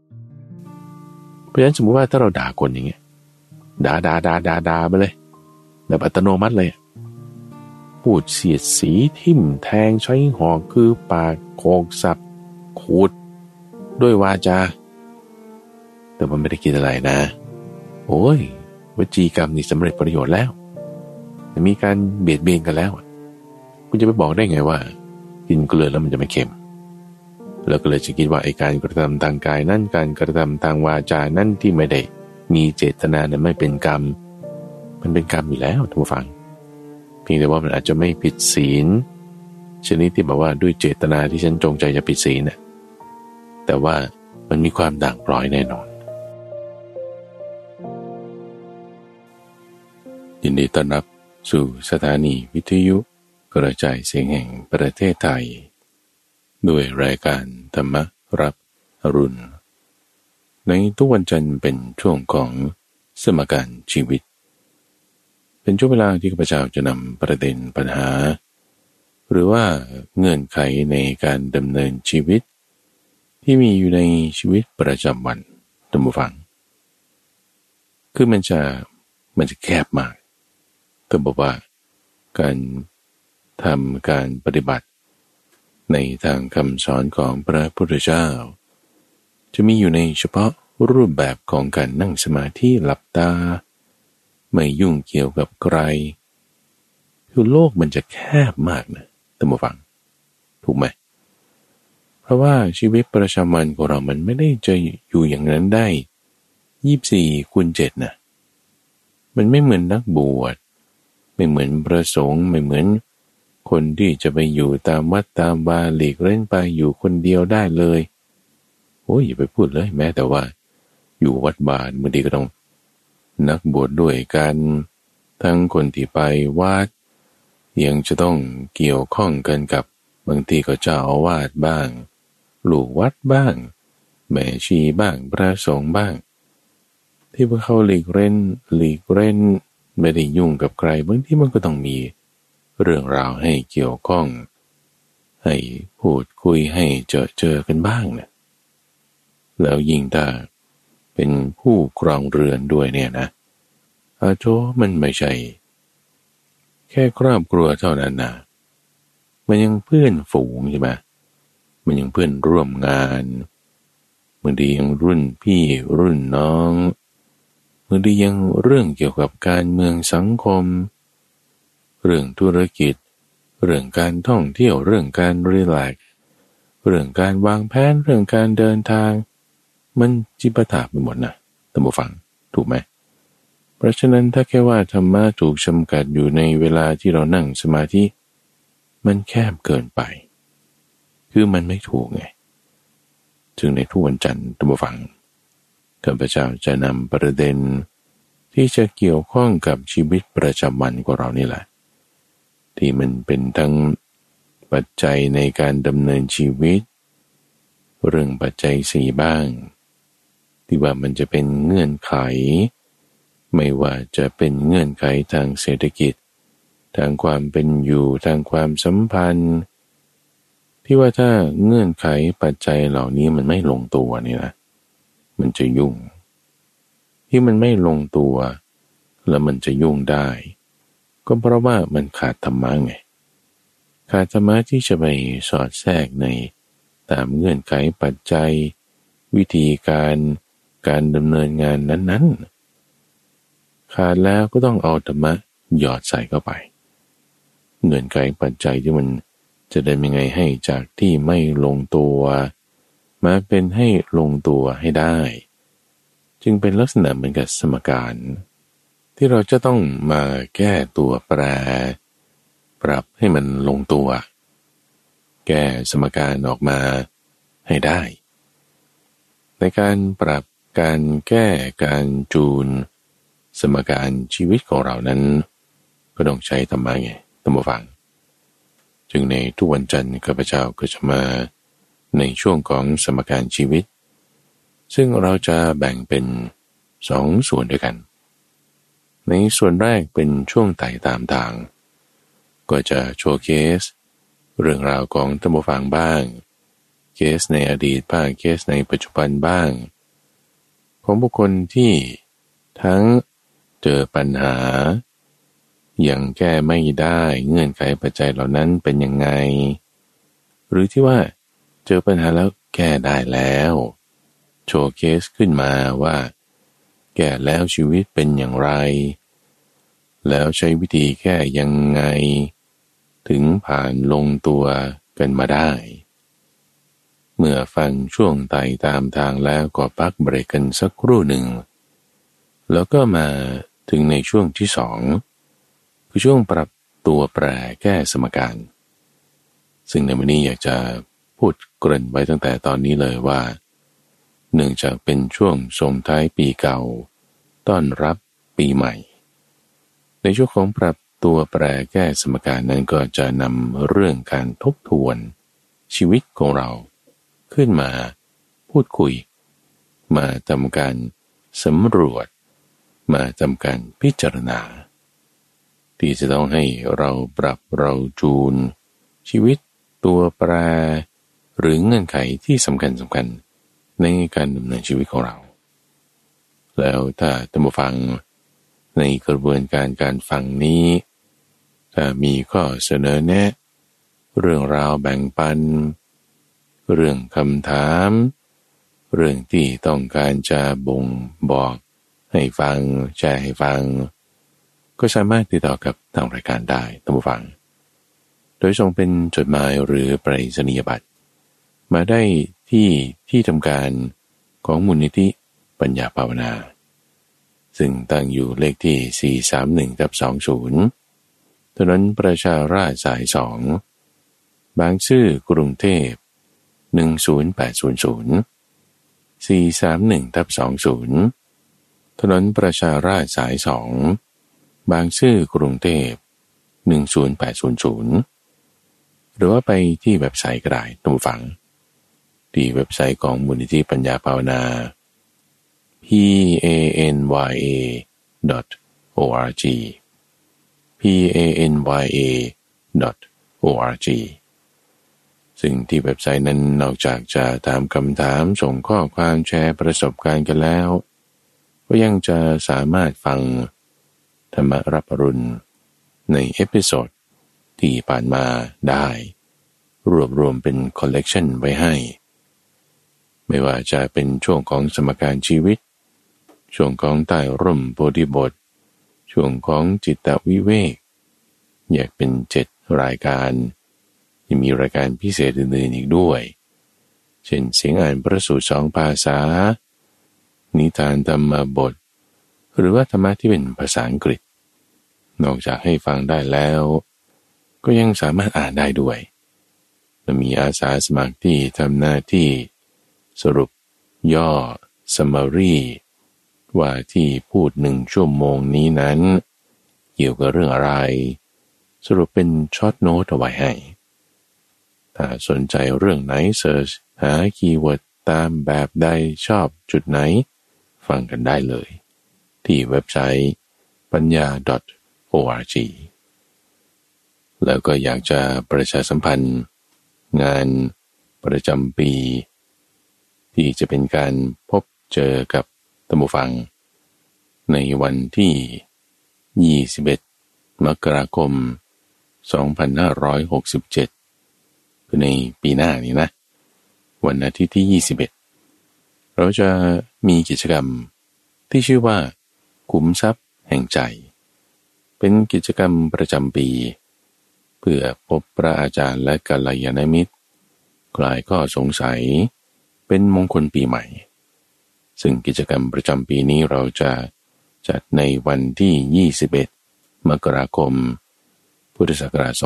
เพราะฉะนั้นสมมติว่าถ้าเราด่าคนอย่างเงี้ยด่าไปเลยแบบอัตโนมัติเลยพูดเสียดสีทิ่มแทงใช้หอกคือปากโขกสับขูดด้วยวาจาแต่มันไม่ได้คิดอะไรนะโอ้ยวจีกรรมนี่สำเร็จประโยชน์แล้วมีการเบียดเบียนกันแล้วคุณจะไปบอกได้ไงว่ากินเกลือแล้วมันจะไม่เค็มแล้วก็เลยจะคิดว่าไอ้การกระทำทางกายนั่นการกระทำทางวาจานั่นที่ไม่ได้มีเจตนาเนี่ยไม่เป็นกรรมมันเป็นกรรมอยู่แล้วท่านผู้ฟังเพียงแต่ว่ามันอาจจะไม่ผิดศีลชนิดที่แบบว่าด้วยเจตนาที่ฉันจงใจจะผิดศีลเนี่ยแต่ว่ามันมีความด่างพร้อยแน่นอนยินดีต้อนรับสู่สถานีวิทยุกระจายเสียงแห่งประเทศไทยด้วยรายการธรรมรับอรุณในทุกวันจันทร์เป็นช่วงของสมการชีวิตเป็นช่วงเวลาที่ข้าพเจ้าจะนำประเด็นปัญหาหรือว่าเงื่อนไขในการดำเนินชีวิตที่มีอยู่ในชีวิตประจำวันท่านผู้ฟังคือมันจะแคบมากก็บอกว่าการทำการปฏิบัติในทางคำสอนของพระพุทธเจ้าจะมีอยู่ในเฉพาะรูปแบบของการนั่งสมาธิหลับตาไม่ยุ่งเกี่ยวกับใครคือโลกมันจะแคบมากนะท่านผู้ฟังถูกไหมเพราะว่าชีวิตประจำวันของเรามันไม่ได้จะอยู่อย่างนั้นได้24/7นะมันไม่เหมือนนักบวชไม่เหมือนพระสงฆ์ไม่เหมือนคนที่จะไปอยู่ตามวัดตามวาหลีกเล่นไปอยู่คนเดียวได้เลยโอ้ยอย่าไปพูดเลยแม้แต่ว่าอยู่วัดบาทบางทีก็ต้องนักบวชด้วยกันทั้งคนที่ไปวัดยังจะต้องเกี่ยวข้องกันกับบางทีก็เจ้าอาวาสบ้างลูกวัดบ้างแม่ชีบ้างพระสงฆ์บ้างที่พวกเขาหลีกเล่นไม่ได้ยุ่งกับใครบางทีมันก็ต้องมีเรื่องราวให้เกี่ยวข้องให้พูดคุยให้เจอกันบ้างนะแล้วยิ่งถ้าเป็นผู้ครองเรือนด้วยเนี่ยนะโจมันไม่ใช่แค่ครอบครัวเท่านั้นนะมันยังเพื่อนฝูงใช่ไหมมันยังเพื่อนร่วมงานบางทียังรุ่นพี่รุ่นน้องบางทียังเรื่องเกี่ยวกับการเมืองสังคมเรื่องธุรกิจเรื่องการท่องเที่ยวเรื่องการรีแลกซ์เรื่องการวางแผนเรื่องการเดินทางมันจิปาถะไปหมดนะท่านผู้ฟังถูกไหมเพราะฉะนั้นถ้าแค่ว่าธรรมะถูกจำกัดอยู่ในเวลาที่เรานั่งสมาธิมันแคบเกินไปคือมันไม่ถูกไงจึงในทุกวันจันทร์ท่านผู้ฟังข้าพเจ้าจะนำประเด็นที่จะเกี่ยวข้องกับชีวิตประจำวันของเรานี่แหละที่มันเป็นทั้งปัจจัยในการดำเนินชีวิตเรื่องปัจจัย4บ้างที่ว่ามันจะเป็นเงื่อนไขไม่ว่าจะเป็นเงื่อนไขทางเศรษฐกิจทางความเป็นอยู่ทางความสัมพันธ์ที่ว่าถ้าเงื่อนไขปัจจัยเหล่านี้มันไม่ลงตัวนี่นะมันจะยุ่งที่มันไม่ลงตัวแล้วมันจะยุ่งได้ก็เพราะว่ามันขาดธรรมะไงขาดธรรมะที่จะไปสอดแทรกในตามเงื่อนไขปัจจัยวิธีการดำเนินงานนั้นๆขาดแล้วก็ต้องเอาธรรมะหยอดใส่เข้าไปเงื่อนไขปัจจัยที่มันจะได้ยังไงให้จากที่ไม่ลงตัวมาเป็นให้ลงตัวให้ได้จึงเป็นลักษณะเหมือนกับสมการที่เราจะต้องมาแก้ตัวแปรปรับให้มันลงตัวแก้สมการออกมาให้ได้ในการปรับการแก้การจูนสมการชีวิตของเรานั้นก็ต้องใช้ธรรมะไงท่านผู้ฟังจึงในทุกวันจันทร์ข้าพเจ้าก็จะมาในช่วงของสมการชีวิตซึ่งเราจะแบ่งเป็น2ส่วนด้วยกันในส่วนแรกเป็นช่วงไต่ตามทางก็จะโชว์เคสเรื่องราวของท่านผู้ฟังบ้างเคสในอดีตบ้างเคสในปัจจุบันบ้างของบุคคลที่ทั้งเจอปัญหายังแก้ไม่ได้เงื่อนไขปัจจัยเหล่านั้นเป็นยังไงหรือที่ว่าเจอปัญหาแล้วแก้ได้แล้วโชว์เคสขึ้นมาว่าแก้แล้วชีวิตเป็นอย่างไรแล้วใช้วิธีแก้ยังไงถึงผ่านลงตัวกันมาได้เมื่อฟังช่วงไต่ตามทางแล้วก็พักเบรกกันสักครู่หนึ่งแล้วก็มาถึงในช่วงที่สองคือช่วงปรับตัวแปรแก้สมการซึ่งในวันนี้อยากจะพูดเกริ่นไว้ตั้งแต่ตอนนี้เลยว่าเนื่องจากเป็นช่วงส่งท้ายปีเก่าต้อนรับปีใหม่ในช่วงของปรับตัวแปรแก้สมการนั้นก็จะนำเรื่องการทบทวนชีวิตของเราขึ้นมาพูดคุยมาทำการสำรวจมาทำการพิจารณาที่จะต้องให้เราปรับเราจูนชีวิตตัวแปรหรือเงื่อนไขที่สำคัญในการดำเนินชีวิตของเราแล้วถ้าท่านผู้ฟังในกระบวนการฟังนี้ถ้ามีข้อเสนอแนะเรื่องราวแบ่งปันเรื่องคำถามเรื่องที่ต้องการจะบ่งบอกให้ฟังแชร์ให้ฟังก็สามารถติดต่อกับทางรายการได้ท่านผู้ฟังโดยส่งเป็นจดหมายหรือไปรษณียบัตรมาได้ที่ทำการของมูลนิธิปัญญาภาวนาซึ่งตั้งอยู่เลขที่431/20ถนนประชาราษฎร์สาย2บางซื่อกรุงเทพ10800 431/20ถนนประชาราษฎร์สาย2บางซื่อกรุงเทพ10800หรือว่าไปที่เว็บไซต์ก็ได้ท่านผู้ฟังที่เว็บไซต์ของมูลนิธิปัญญาภาวนา panya.org panya.org ซึ่งที่เว็บไซต์นั้นนอกจากจะถามคำถามส่งข้อความแชร์ประสบการณ์กันแล้วก็ยังจะสามารถฟังธรรมรับอรุณในเอพิโซดที่ผ่านมาได้รวบรวมเป็นคอลเลกชันไว้ให้ไม่ว่าจะเป็นช่วงของสมการชีวิตช่วงของใต้ร่มโพธิบทช่วงของจิตวิเวกแยกเป็น7รายการยังมีรายการพิเศษอื่นๆอีกด้วยเช่นเสียงอ่านพระสูตร2ภาษานิทานธรรมบทหรือว่าธรรมะที่เป็นภาษาอังกฤษนอกจากให้ฟังได้แล้วก็ยังสามารถอ่านได้ด้วยและมีอาสาสมัครที่ทำหน้าที่สรุปย่อ summary ว่าที่พูด1ชั่วโมงนี้นั้นเกี่ยวกับเรื่องอะไรสรุปเป็นช็อตโน้ตเอาไว้ให้ถ้าสนใจเรื่องไหนเสิร์ชหาคีย์เวิร์ดตามแบบใดชอบจุดไหนฟังกันได้เลยที่เว็บไซต์ปัญญา .org แล้วก็อยากจะประชาสัมพันธ์งานประจำปีที่จะเป็นการพบเจอกับท่านผู้ฟังในวันที่21มกราคม2567คือในปีหน้านี้นะวันอาทิตย์ที่21เราจะมีกิจกรรมที่ชื่อว่าขุมทรัพย์แห่งใจเป็นกิจกรรมประจำปีเพื่อพบพระอาจารย์และกัลยาณมิตรคลายข้อสงสัยเป็นมงคลปีใหม่ซึ่งกิจกรรมประจำปีนี้เราจะจัดในวันที่21มกราคมพุทธศักราช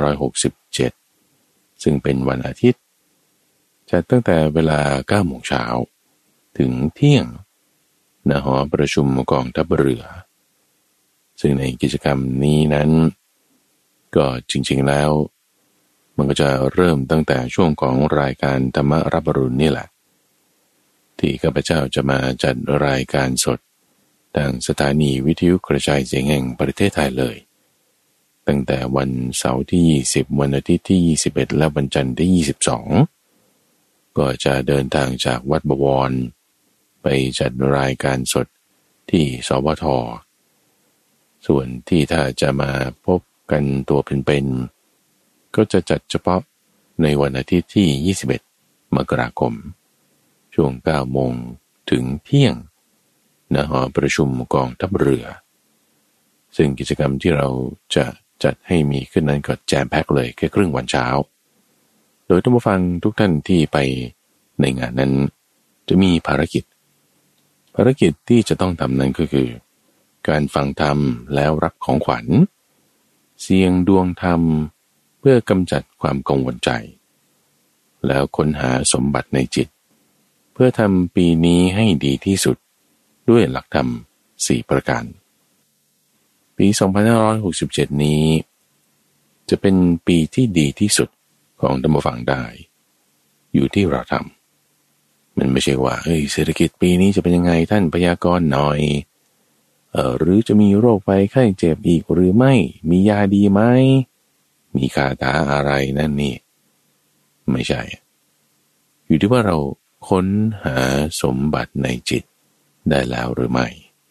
2567ซึ่งเป็นวันอาทิตย์จัดตั้งแต่เวลา 9 โมงเช้าถึงเที่ยงณ หอประชุมกองทัพเรือซึ่งในกิจกรรมนี้นั้นก็จริงๆแล้วมันก็จะเริ่มตั้งแต่ช่วงของรายการธรรมรับอรุณนี่แหละที่ข้าพเจ้าจะมาจัดรายการสดทางสถานีวิทยุกระจายเสียงแห่งประเทศไทยเลยตั้งแต่วันเสาร์ที่20วันอาทิตย์ที่21และวันจันทร์ที่22ก็จะเดินทางจากวัดบวรไปไปจัดรายการสดที่สวท.ส่วนที่ถ้าจะมาพบกันตัวเป็นๆก็จะจัดเฉพาะในวันอาทิตย์ที่21มกราคมช่วง9โมงถึงเที่ยงณหอประชุมกองทัพเรือซึ่งกิจกรรมที่เราจะจัดให้มีขึ้นนั้นก็แจมแพ็คเลยแค่ครึ่งวันเช้าโดยท่านผู้ฟังทุกท่านที่ไปในงานนั้นจะมีภารกิจที่จะต้องทำนั้นก็คือการฟังธรรมแล้วรับของขวัญเสี่ยงดวงธรรมเพื่อกำจัดความกังวลใจแล้วค้นหาสมบัติในจิตเพื่อทำปีนี้ให้ดีที่สุดด้วยหลักธรรม4ประการปี2567นี้จะเป็นปีที่ดีที่สุดของท่านผู้ฟังได้อยู่ที่เราทำมันไม่ใช่ว่าเศรษฐกิจปีนี้จะเป็นยังไงท่านพยากรณ์หน่อยหรือจะมีโรคภัยไข้เจ็บอีกหรือไม่มียาดีไหมมีคาถาอะไรนั่นนี่ไม่ใช่อยู่ที่ว่าเราค้นหาสมบัติในจิตได้แล้วหรือไม่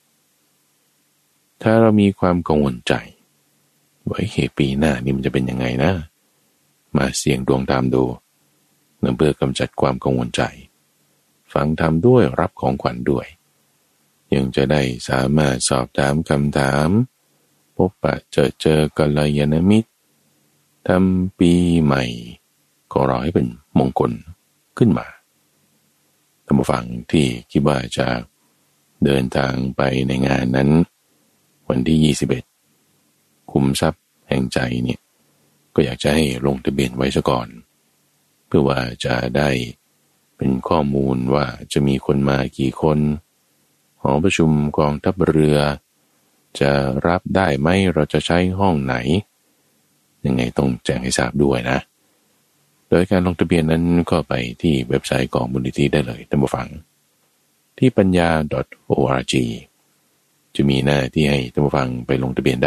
ถ้าเรามีความกังวลใจว่าปีหน้านี่มันจะเป็นยังไงนะมาเสี่ยงดวงตามดูเพื่อกำจัดความกังวลใจฟังธรรมด้วยรับของขวัญด้วยยังจะได้สามารถสอบถามคำถามพบปะเจอกัลยาณมิตรทำปีใหม่ก็รอให้เป็นมงคลขึ้นมาท่านผู้ฟังที่คิดว่าจะเดินทางไปในงานนั้นวันที่21คุมทรัพย์แห่งใจเนี่ยก็อยากจะให้ลงทะเบียนไว้ซะก่อนเพื่อว่าจะได้เป็นข้อมูลว่าจะมีคนมากี่คนหอประชุมกองทัพเรือจะรับได้ไหมเราจะใช้ห้องไหนยังไงต้องแจ้งให้ทราบด้วยนะโดยการลงทะเบียนนั้นก็ไปที่เว็บไซต์ของมูลนิธิได้เลยท่านผู้ฟังที่ปัญญา .org จะมีหน้าที่ให้ท่านผู้ฟังไปลงทะเบียนได้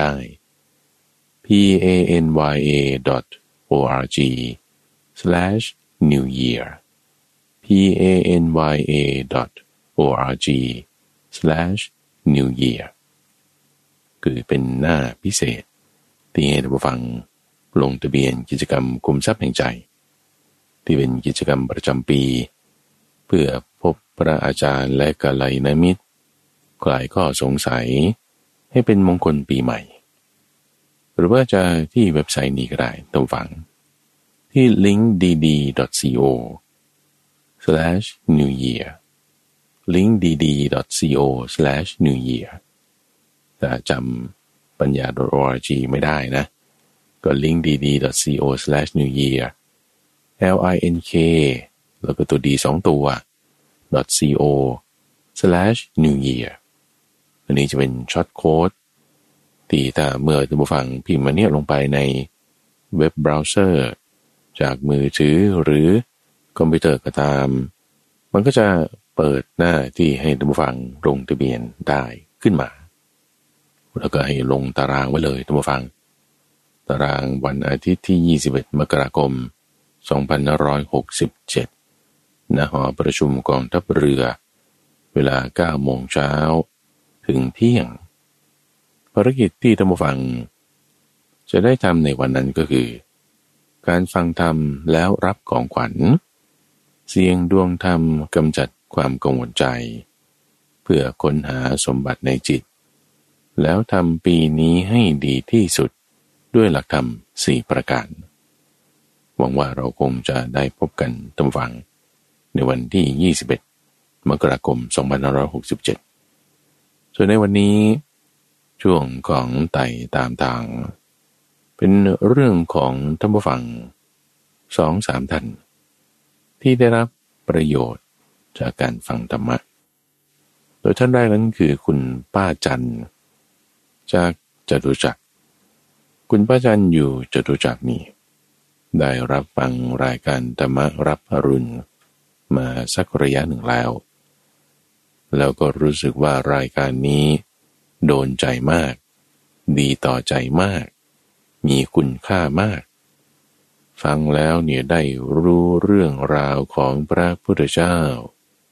panya.org/new year panya.org/new year คือเป็นหน้าพิเศษที่ให้ท่านผู้ฟังลงทะเบียนกิจกรรมคุมทรัพย์แห่งใจที่เป็นกิจกรรมประจำปีเพื่อพบพระอาจารย์และกัลยาณมิตรคลายข้อสงสัยให้เป็นมงคลปีใหม่หรือว่าจะที่เว็บไซต์นี้ก็ได้ท่านผู้ฟังที่ linkdd.co/newyear linkdd.co/newyear แต่จำปัญญา .org ไม่ได้นะก็ linkdd.co/newyear link แล้วก็ตัว d 2ตัว .co/newyear อันนี้จะเป็นช็อตโค้ดที่ถ้าเมื่อท่านผู้ฟังพิมพ์มาเนี่ยลงไปในเว็บเบราว์เซอร์จากมือถือหรือคอมพิวเตอร์ก็ตามมันก็จะเปิดหน้าที่ให้ท่านผู้ฟังลงทะเบียนได้ขึ้นมาแล้วก็ให้ลงตารางไว้เลยท่านผู้ฟังตารางวันอาทิตย์ที่21มกราคม2567ณหอประชุมกองทัพเรือเวลา 9 โมงเช้าถึงเที่ยงภารกิจที่ท่านผู้ฟังจะได้ทำในวันนั้นก็คือการฟังธรรมแล้วรับของขวัญเสี่ยงดวงธรรมกำจัดความกังวลใจเพื่อค้นหาสมบัติในจิตแล้วทำปีนี้ให้ดีที่สุดด้วยหลักธรรม4ประการหวังว่าเราคงจะได้พบกันท่านผู้ฟังในวันที่21มกราคม2567ส่วนในวันนี้ช่วงของไต่ตามทางเป็นเรื่องของท่านผู้ฟัง 2-3 ท่านที่ได้รับประโยชน์จากการฟังธรรมะโดยท่านแรกนั้นคือคุณป้าจันจากจตุจักรคุณป้าจันอยู่จตุจักรนี่ได้รับฟังรายการธรรมะรับอรุณมาสักระยะหนึ่งแล้วก็รู้สึกว่ารายการนี้โดนใจมากดีต่อใจมากมีคุณค่ามากฟังแล้วเนี่ยได้รู้เรื่องราวของพระพุทธเจ้า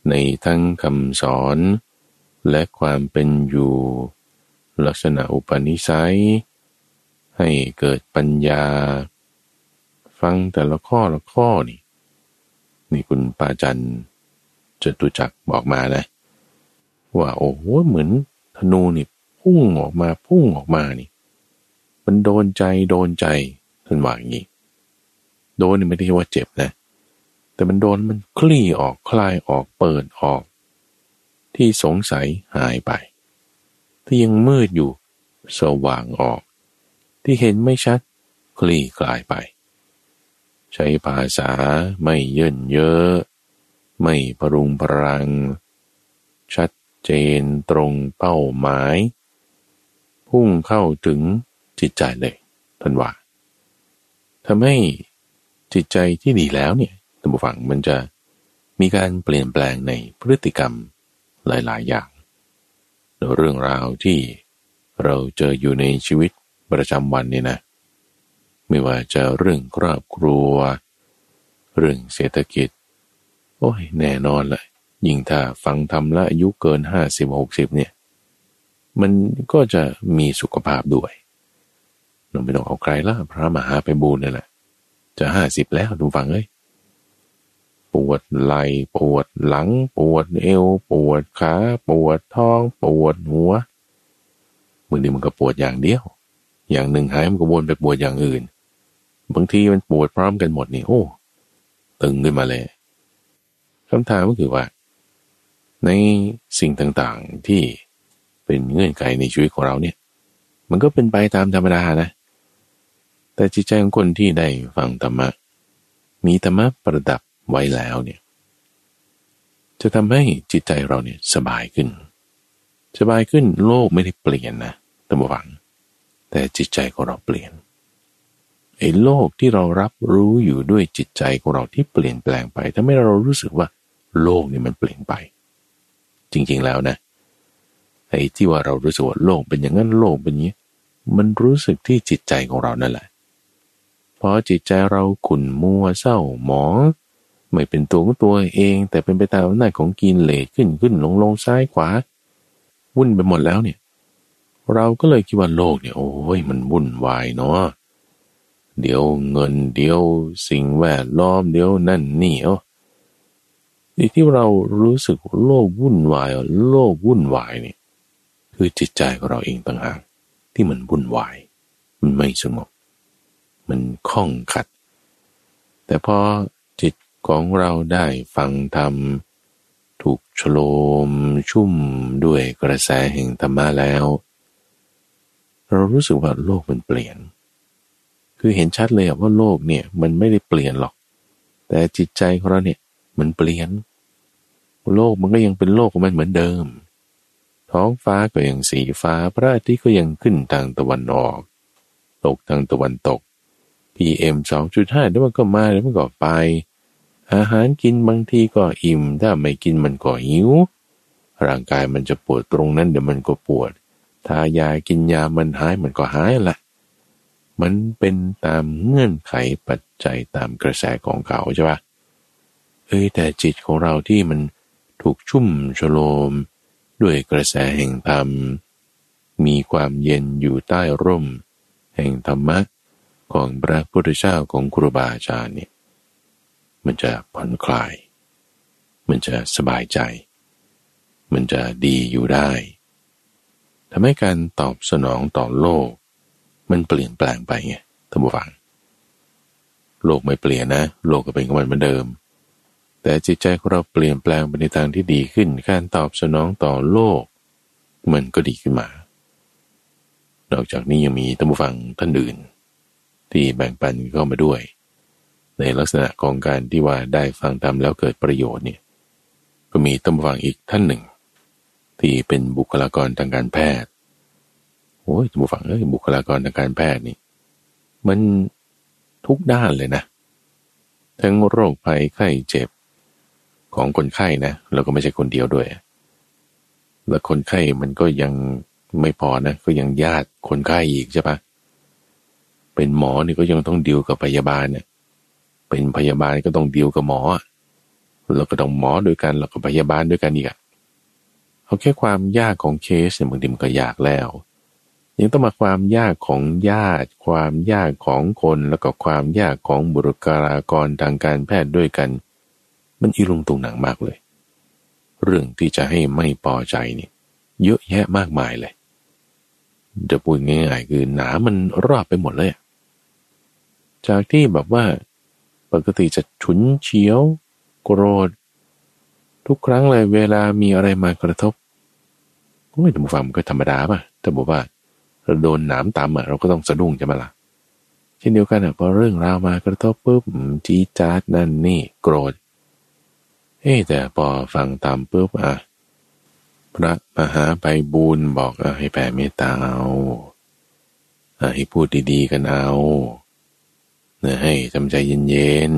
ในทั้งคำสอนและความเป็นอยู่ลักษณะอุปนิสัยให้เกิดปัญญาฟังแต่ละข้อละข้อนี่คุณป้าจันจตุจักรบอกมานะว่าโอ้โหเหมือนธนูนี่พุ่งออกมานี่มันโดนใจท่านว่าอย่างนี้โดนนี่ไม่ได้ว่าเจ็บนะแต่มันโดนมันคลี่ออกคลายออกเปิดออกที่สงสัยหายไปที่ยังมืดอยู่สว่างออกที่เห็นไม่ชัดคลี่คลายไปใช้ภาษาไม่เยินเยอะไม่ปรุงปรังชัดเจนตรงเป้าหมายพุ่งเข้าถึงจิตใจเลยท่านว่าทำให้จิตใจที่ดีแล้วเนี่ยท่านผู้ฟังมันจะมีการเปลี่ยนแปลงในพฤติกรรมหลายๆอย่างเรื่องราวที่เราเจออยู่ในชีวิตประจำวันเนี่ยนะไม่ว่าจะเรื่องครอบครัวเรื่องเศรษฐกิจโอ้ยแน่นอนเลยยิ่งถ้าฟังธรรมและอายุเกิน50-60เนี่ยมันก็จะมีสุขภาพด้วยเราไม่ต้องเอาใครละพระมหาไพบูลย์นั่นแหละจะ50แล้วทุกฟังเอ้ยปวดไหล่ปวดหลังปวดเอวปวดขาปวดท้องปวดหัวบางทีมันก็ปวดอย่างเดียวอย่างหนึ่งหายมันก็วนไปปวดอย่างอื่นบางทีมันปวดพร้อมกันหมดนี่โอ้ตึงขึ้นมาเลยคำถามก็คือว่าในสิ่งต่างๆที่เป็นเงื่อนไขในชีวิตของเราเนี่ยมันก็เป็นไปตามธรรมดานะแต่จิตใจของคนที่ได้ฟังธรรมะมีธรรมะประดับไว้แล้วเนี่ยจะทำให้จิตใจเราเนี่ยสบายขึ้นโลกไม่ได้เปลี่ยนนะท่านผู้ฟังแต่จิตใจของเราเปลี่ยนไอ้โลกที่เรารับรู้อยู่ด้วยจิตใจของเราที่เปลี่ยนแปลงไปทำให้เรารู้สึกว่าโลกนี่มันเปลี่ยนไปจริงๆแล้วนะไอ้ที่ว่าเรารู้สึกว่าโลกเป็นอย่างนั้นโลกเป็นอย่างนี้มันรู้สึกที่จิตใจของเรานั่นแหละพอจิตใจเราขุ่นมัวเศร้าหมองไม่เป็นตัวของตัวเองแต่เป็นไปตามอำนาจของกิเลสขึ้นลงซ้ายขวาวุ่นไปหมดแล้วเนี่ยเราก็เลยคิดว่าโลกเนี่ยโอ้ยมันวุ่นวายเนาะเดี๋ยวเงินเดี๋ยวสิ่งแวดล้อมเดี๋ยวนั่นนี่ที่เรารู้สึกโลกวุ่นวายเนี่ยคือจิตใจของเราเองต่างหากที่มันวุ่นวายมันไม่สงบมันข้องขัดแต่พอจิตของเราได้ฟังธรรมถูกโฉลมชุ่มด้วยกระแสแห่งธรรมะแล้วเรารู้สึกว่าโลกมันเปลี่ยนคือเห็นชัดเลยว่าโลกเนี่ยมันไม่ได้เปลี่ยนหรอกแต่จิตใจของเราเนี่ยมันเปลี่ยนโลกมันก็ยังเป็นโลกของมันเหมือนเดิมท้องฟ้าก็ยังสีฟ้าพระอาทิตย์ก็ยังขึ้นทางตะวันออกตกทางตะวันตก PM 2.5เดี๋ยวมันก็มาเดี๋ยวมันก็ไปอาหารกินบางทีก็อิ่มถ้าไม่กินมันก็หิวร่างกายมันจะปวดตรงนั้นเดี๋ยวมันก็ปวดทายากินยามันหายมันก็หายละมันเป็นตามเงื่อนไขปัจจัยตามกระแสของเขาใช่ปะแต่จิตของเราที่มันถูกชุ่มโฉลมด้วยกระแสแห่งธรรมมีความเย็นอยู่ใต้ร่มแห่งธรรมะของพระพุทธเจ้าของครูบาอาจารย์เนี่ยมันจะผ่อนคลายมันจะสบายใจมันจะดีอยู่ได้ทำให้การตอบสนองต่อโลกมันเปลี่ยนแปลงไปไงท่านผู้ฟังโลกไม่เปลี่ยนนะโลกก็เป็นของมันเหมือนเดิมแต่จิตใจของเราเปลี่ยนแปลงไปในทางที่ดีขึ้นการตอบสนองต่อโลกมันก็ดีขึ้นมานอกจากนี้ยังมีท่านผู้ฟังท่านอื่นที่แบ่งปันเข้ามาด้วยในลักษณะของการที่ว่าได้ฟังธรรมแล้วเกิดประโยชน์เนี่ยก็มีท่านผู้ฟังอีกท่านหนึ่งที่เป็นบุคลากรทางการแพทย์โอ้ยท่านผู้ฟังบุคลากรทางการแพทย์นี่มันทุกด้านเลยนะทั้งโรคภัยไข้เจ็บของคนไข้นะแล้วก็ไม่ใช่คนเดียวด้วยแล้วคนไข้มันก็ยังไม่พอนะก็ยังญาติคนไข้อีกใช่ปะเป็นหมอนี่ก็ยังต้องดีลกับพยาบาลเนี่ยเป็นพยาบาลก็ต้องดีลกับหมอแล้วก็ต้องหมอด้วยกันแล้วก็พยาบาลด้วยกันอีกอะเอาแค่ความยากของเคสเนี่ยบางทีมันก็ยากแล้วยังต้องมาความยากของญาติความยากของคนแล้วก็ความยากของบุคลากรทางการแพทย์ด้วยกันมันอีลุงตุงหนังมากเลยเรื่องที่จะให้ไม่พอใจนี่เยอะแยะมากมายเลยจะพูดง่ายๆคือหนามันรอบไปหมดเลยจากที่แบบว่าปกติจะฉุนเฉียวโกรธทุกครั้งเลยเวลามีอะไรมากระทบโอ้ยท่านผู้ฟังมันก็ธรรมดาป่ะถ้าบอกว่าเราโดนหนามตำเราก็ต้องสะดุ้งใช่ไหมล่ะเช่นเดียวกันพอเรื่องราวมากระทบปุ๊บจี๊ดจ๊าดนั่นนี่โกรธแต่พอฟังตามปุ๊บพระมหาไพบูลย์บอกให้แผ่เมตตาเอาให้พูดดีๆกันเอาให้ทำใจเย็น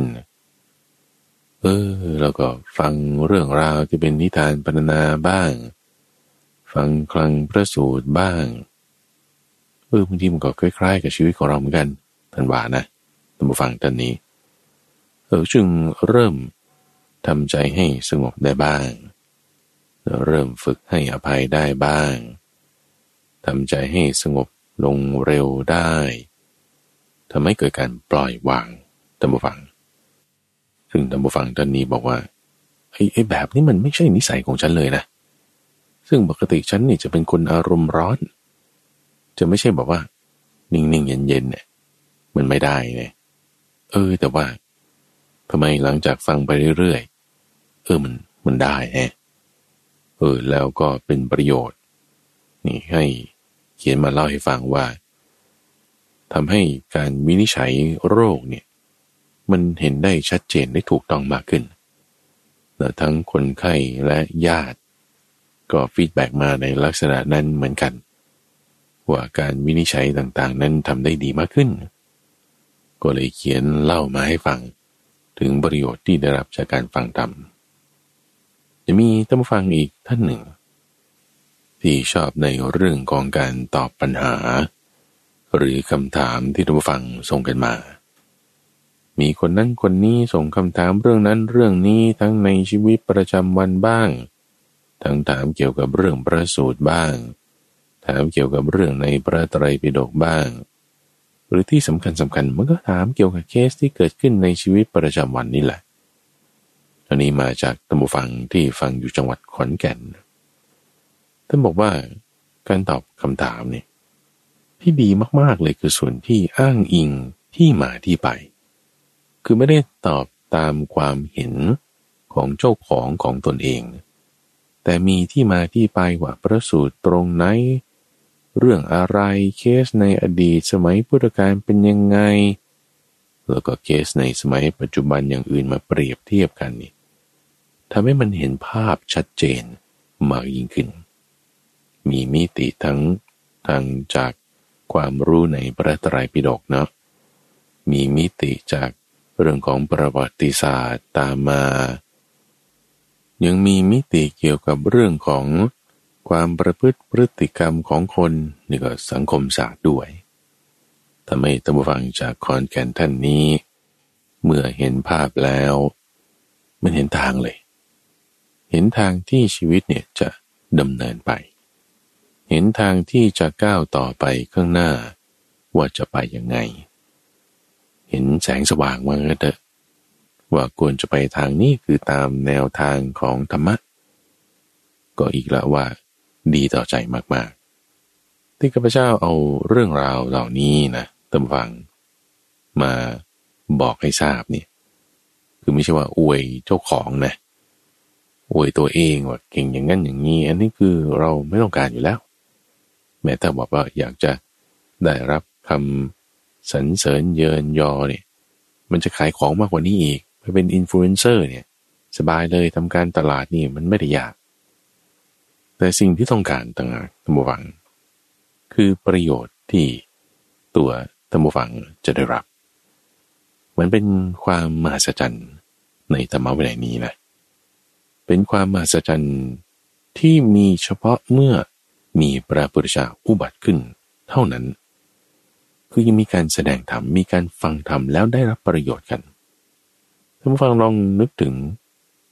ๆแล้วก็ฟังเรื่องราวที่เป็นนิทานพรรณนาบ้างฟังคลังพระสูตรบ้างบางทีมันก็คล้ายๆกับชีวิตของเราเหมือนกันท่านว่านะท่านผู้ฟังท่านนี้จึงเริ่มทำใจให้สงบได้บ้างเริ่มฝึกให้อภัยได้บ้างทำใจให้สงบลงเร็วได้ทำให้เกิดการปล่อยวางท่านผู้ฟังซึ่งท่านผู้ฟังท่านนี้บอกว่าไอ้แบบนี้มันไม่ใช่นิสัยของฉันเลยนะซึ่งปกติฉันนี่จะเป็นคนอารมณ์ร้อนจะไม่ใช่แบบว่านิ่งๆเย็นๆเนี่ยมันไม่ได้เนี่ยแต่ว่าทำไมหลังจากฟังไปเรื่อยๆมันได้แล้วก็เป็นประโยชน์นี่ให้เขียนมาเล่าให้ฟังว่าทำให้การวินิจฉัยโรคเนี่ยมันเห็นได้ชัดเจนได้ถูกต้องมากขึ้นและทั้งคนไข้และญาติก็ฟีดแบ็กมาในลักษณะนั้นเหมือนกันว่าการวินิจฉัยต่างๆนั้นทำได้ดีมากขึ้นก็เลยเขียนเล่ามาให้ฟังถึงประโยชน์ที่ได้รับจากการฟังธรรมจะมีท่านผู้ฟังอีกท่านหนึ่งที่ชอบในเรื่องของการตอบปัญหาหรือคำถามที่ท่านผู้ฟังส่งกันมามีคนนั้นคนนี้ส่งคำถามเรื่องนั้นเรื่องนี้ทั้งในชีวิตประจำวันบ้างทั้งถามเกี่ยวกับเรื่องพระสูตรบ้างถามเกี่ยวกับเรื่องในพระไตรปิฎกบ้างหรือที่สำคัญมันก็ถามเกี่ยวกับเคสที่เกิดขึ้นในชีวิตประจำวันนี่แหละอันนี้มาจากท่านผู้ฟังที่ฟังอยู่จังหวัดขอนแก่นท่านบอกว่าการตอบคำถามเนี่ยที่ดีมากๆเลยคือส่วนที่อ้างอิงที่มาที่ไปคือไม่ได้ตอบตามความเห็นของเจ้าของตนเองแต่มีที่มาที่ไปว่าพระสูตรตรงไหนเรื่องอะไรเคสในอดีตสมัยพุทธกาลเป็นยังไงแล้วก็เคสในสมัยปัจจุบันอย่างอื่นมาเปรียบเทียบกันนี่ทำให้มันเห็นภาพชัดเจนมากยิ่งขึ้นมีมิติทั้งทางจากความรู้ในพระไตรปิฎกเนาะมีมิติจากเรื่องของประวัติศาสตร์ตามมายังมีมิติเกี่ยวกับเรื่องของความประพฤติพฤติกรรมของคนนี่ก็สังคมศาสตร์ด้วยทำให้ท่านผู้ฟังจากขอนแก่นท่านนี้เมื่อเห็นภาพแล้วมันเห็นทางเลยเห็นทางที่ชีวิตเนี่ยจะดำเนินไปเห็นทางที่จะก้าวต่อไปข้างหน้าว่าจะไปยังไงเห็นแสงสว่างว่างั้นเถอะว่าควรจะไปทางนี้คือตามแนวทางของธรรมะก็อีกละว่าดีต่อใจมากๆที่ข้าพเจ้าเอาเรื่องราวเหล่านี้นะท่านฟังมาบอกให้ทราบเนี่ยคือไม่ใช่ว่าอวยเจ้าของนะอวยตัวเองว่าเก่งอย่างนั้นอย่างนี้อันนี้คือเราไม่ต้องการอยู่แล้วแม้แต่บอกว่าอยากจะได้รับคำสรรเสริญเยินยอเนี่ยมันจะขายของมากกว่านี้อีกไปเป็นอินฟลูเอนเซอร์เนี่ยสบายเลยทำการตลาดนี่มันไม่ได้ยากแต่สิ่งที่ต้องการต่างหากท่านผู้ฟังคือประโยชน์ที่ตัวท่านผู้ฟังจะได้รับมันเป็นความมหัศจรรย์ในธรรมะวินัยนี้นะเป็นความมหัศจรรย์ที่มีเฉพาะเมื่อมีพระพุทธเจ้าอุบัติขึ้นเท่านั้นคือยังมีการแสดงธรรมมีการฟังธรรมแล้วได้รับประโยชน์กันท่านผู้ฟังลองนึกถึง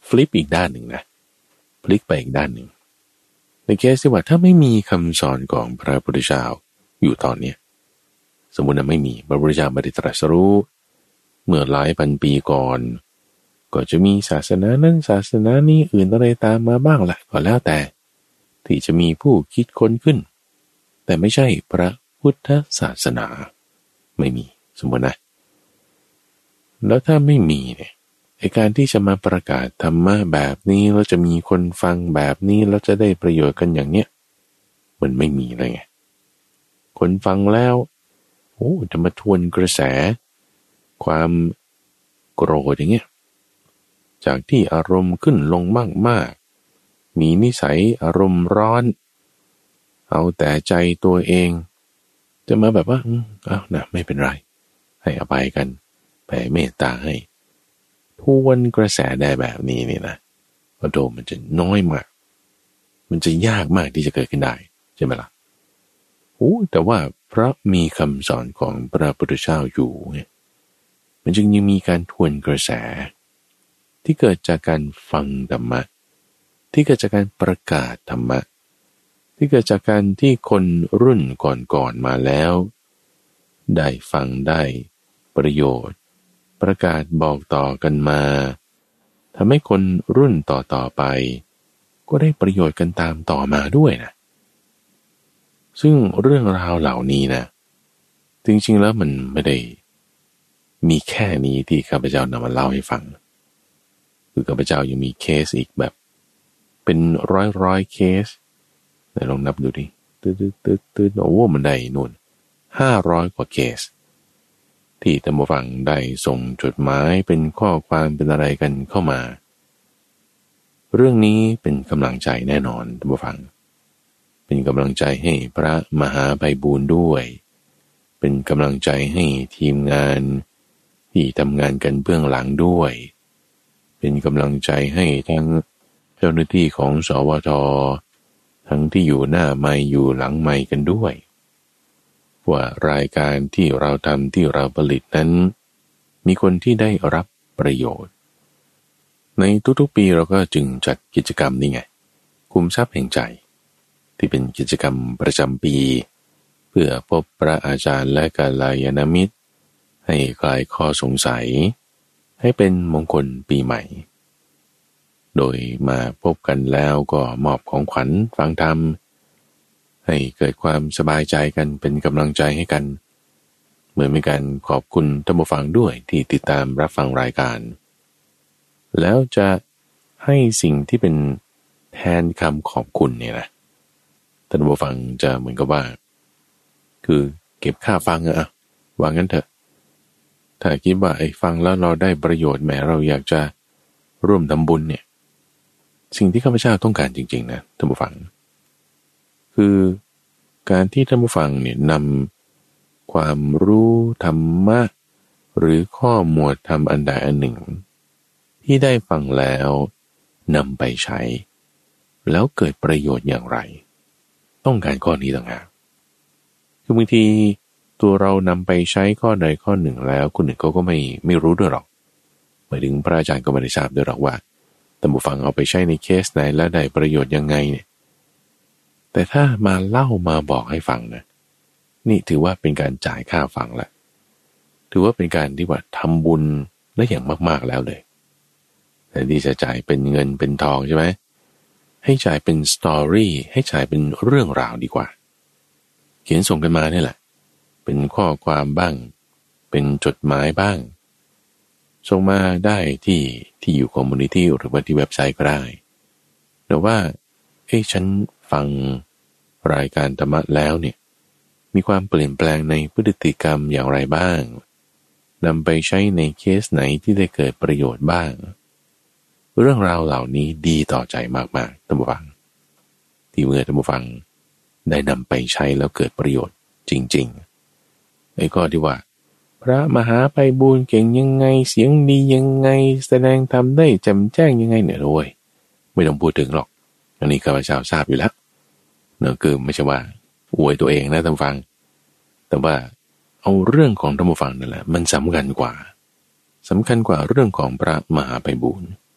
ฟลิปอีกด้านหนึ่งนะพลิกไปอีกด้านหนึ่งในเคสที่ว่าถ้าไม่มีคำสอนของพระพุทธเจ้าอยู่ตอนเนี้ยสมมุติว่าไม่มีพระพุทธเจ้าไม่ได้ตรัสรู้เมื่อหลายพันปีก่อนก็จะมีศาสนานั้นศาสนานี้อื่นอะไรตามมาบ้างแหละก็แล้วแต่ที่จะมีผู้คิดค้นขึ้นแต่ไม่ใช่พระพุทธศาสนาไม่มีสมมตินะแล้วถ้าไม่มีเนี่ยไอ้การที่จะมาประกาศธรรมะแบบนี้แล้วจะมีคนฟังแบบนี้แล้วจะได้ประโยชน์กันอย่างเนี้ยมันไม่มีเลยไงคนฟังแล้วโอ้จะมาทวนกระแสความโกรธอย่างเงี้ยจากที่อารมณ์ขึ้นลงมากๆมีนิสัยอารมณ์ร้อนเอาแต่ใจตัวเองจะมาแบบว่าเอานะไม่เป็นไรให้อภัยกันแผ่เมตตาให้ทวนกระแสได้แบบนี้นี่นะโดมมันจะน้อยมากมันจะยากมากที่จะเกิดขึ้นได้ใช่ไหมล่ะแต่ว่าเพราะมีคำสอนของพระพุทธเจ้าอยู่เนี่ยมันจึงยังมีการทวนกระแสที่เกิดจากการฟังธรรมะที่เกิดจากการประกาศธรรมะที่เกิดจากการที่คนรุ่นก่อนๆมาแล้วได้ฟังได้ประโยชน์ประกาศบอกต่อกันมาทำให้คนรุ่นต่อๆไปก็ได้ประโยชน์กันตามต่อมาด้วยนะซึ่งเรื่องราวเหล่านี้นะจริงๆแล้วมันไม่ได้มีแค่นี้ที่ข้าพเจ้านำมาเล่าให้ฟังคือข้าพเจ้ายังมีเคสอีกแบบเป็นร้อยเคสไหนลองนับดูดิตืดโอ้มันได้นู่น500 กว่าเคสที่ท่านผู้ฟังได้ส่งจดหมายเป็นข้อความเป็นอะไรกันเข้ามาเรื่องนี้เป็นกำลังใจแน่นอนท่านผู้ฟังเป็นกำลังใจให้พระมหาไพบูลย์ด้วยเป็นกำลังใจให้ทีมงานที่ทำงานกันเบื้องหลังด้วยเป็นกำลังใจให้ทั้งเจ้าหน้าที่ของสวท.ทั้งที่อยู่หน้าไมค์อยู่หลังไมค์กันด้วยว่ารายการที่เราทำที่เราผลิตนั้นมีคนที่ได้รับประโยชน์ในทุกๆปีเราก็จึงจัดกิจกรรมนี่ไงคุมทรัพย์แห่งใจที่เป็นกิจกรรมประจำปีเพื่อพบพระอาจารย์และกัลยาณมิตรให้คลายข้อสงสัยให้เป็นมงคลปีใหม่โดยมาพบกันแล้วก็มอบของขวัญฟังธรรมให้เกิดความสบายใจกันเป็นกำลังใจให้กันเหมือนเป็นการขอบคุณท่านผู้ฟังด้วยที่ติดตามรับฟังรายการแล้วจะให้สิ่งที่เป็นแทนคำขอบคุณเนี่ยนะท่านผู้ฟังจะเหมือนกับว่าคือเก็บค่าฟังอะว่างั้นเถอะถ้าคิดว่าไอ้ฟังแล้วเราได้ประโยชน์แม้เราอยากจะร่วมทำบุญเนี่ยสิ่งที่ข้าพเจ้าต้องการจริงๆนะท่านผู้ฟังคือการที่ท่านผู้ฟังเนี่ยนำความรู้ธรรมะหรือข้อหมวดธรรมอันใดอันหนึ่งที่ได้ฟังแล้วนำไปใช้แล้วเกิดประโยชน์อย่างไรต้องการข้อนี้ต่างหากคือบางทีตัวเรานำไปใช้ข้อใดข้อหนึ่งแล้วคนอื่นเขาก็ไม่รู้ด้วยหรอกหมายถึงพระอาจารย์ก็ไม่ได้ทราบด้วยหรอกว่าท่านผู้ฟังเอาไปใช้ในเคสไหนและได้ประโยชน์ยังไงเนี่ยแต่ถ้ามาเล่ามาบอกให้ฟังนะนี่ถือว่าเป็นการจ่ายค่าฟังละถือว่าเป็นการที่ว่าทำบุญได้อย่างมากๆแล้วเลยแต่ที่จะจ่ายเป็นเงินเป็นทองใช่ไหมให้จ่ายเป็นสตอรี่ให้จ่ายเป็นเรื่องราวดีกว่าเขียนส่งกันมาเนี่ยแหละเป็นข้อความบ้างเป็นจดหมายบ้างส่งมาได้ที่อยู่คอมมูนิตี้หรือว่าที่เว็บไซต์ก็ได้แต่ว่าฉันฟังรายการธรรมะแล้วเนี่ยมีความเปลี่ยนแปลงในพฤติกรรมอย่างไรบ้างนำไปใช้ในเคสไหนที่ได้เกิดประโยชน์บ้างเรื่องราวเหล่านี้ดีต่อใจมากๆท่านผู้ฟังที่เมื่อท่านผู้ฟังได้นำไปใช้แล้วเกิดประโยชน์จริงๆไอ้ข้อที่ว่าพระมหาไพบูลย์เก่งยังไงเสียงดียังไงแสดงธรรมได้แจ่มแจ้งยังไงเนี่ยโอ้ยไม่ต้องพูดถึงหรอกอันนี้ข้าพเจ้าทราบอยู่แล้วเนอะคือไม่ใช่ว่าอวยตัวเองนะท่านฟังแต่ว่าเอาเรื่องของท่านผู้ฟังนั่นแหละมันสำคัญกว่าเรื่องของพระมหาไพบูลย์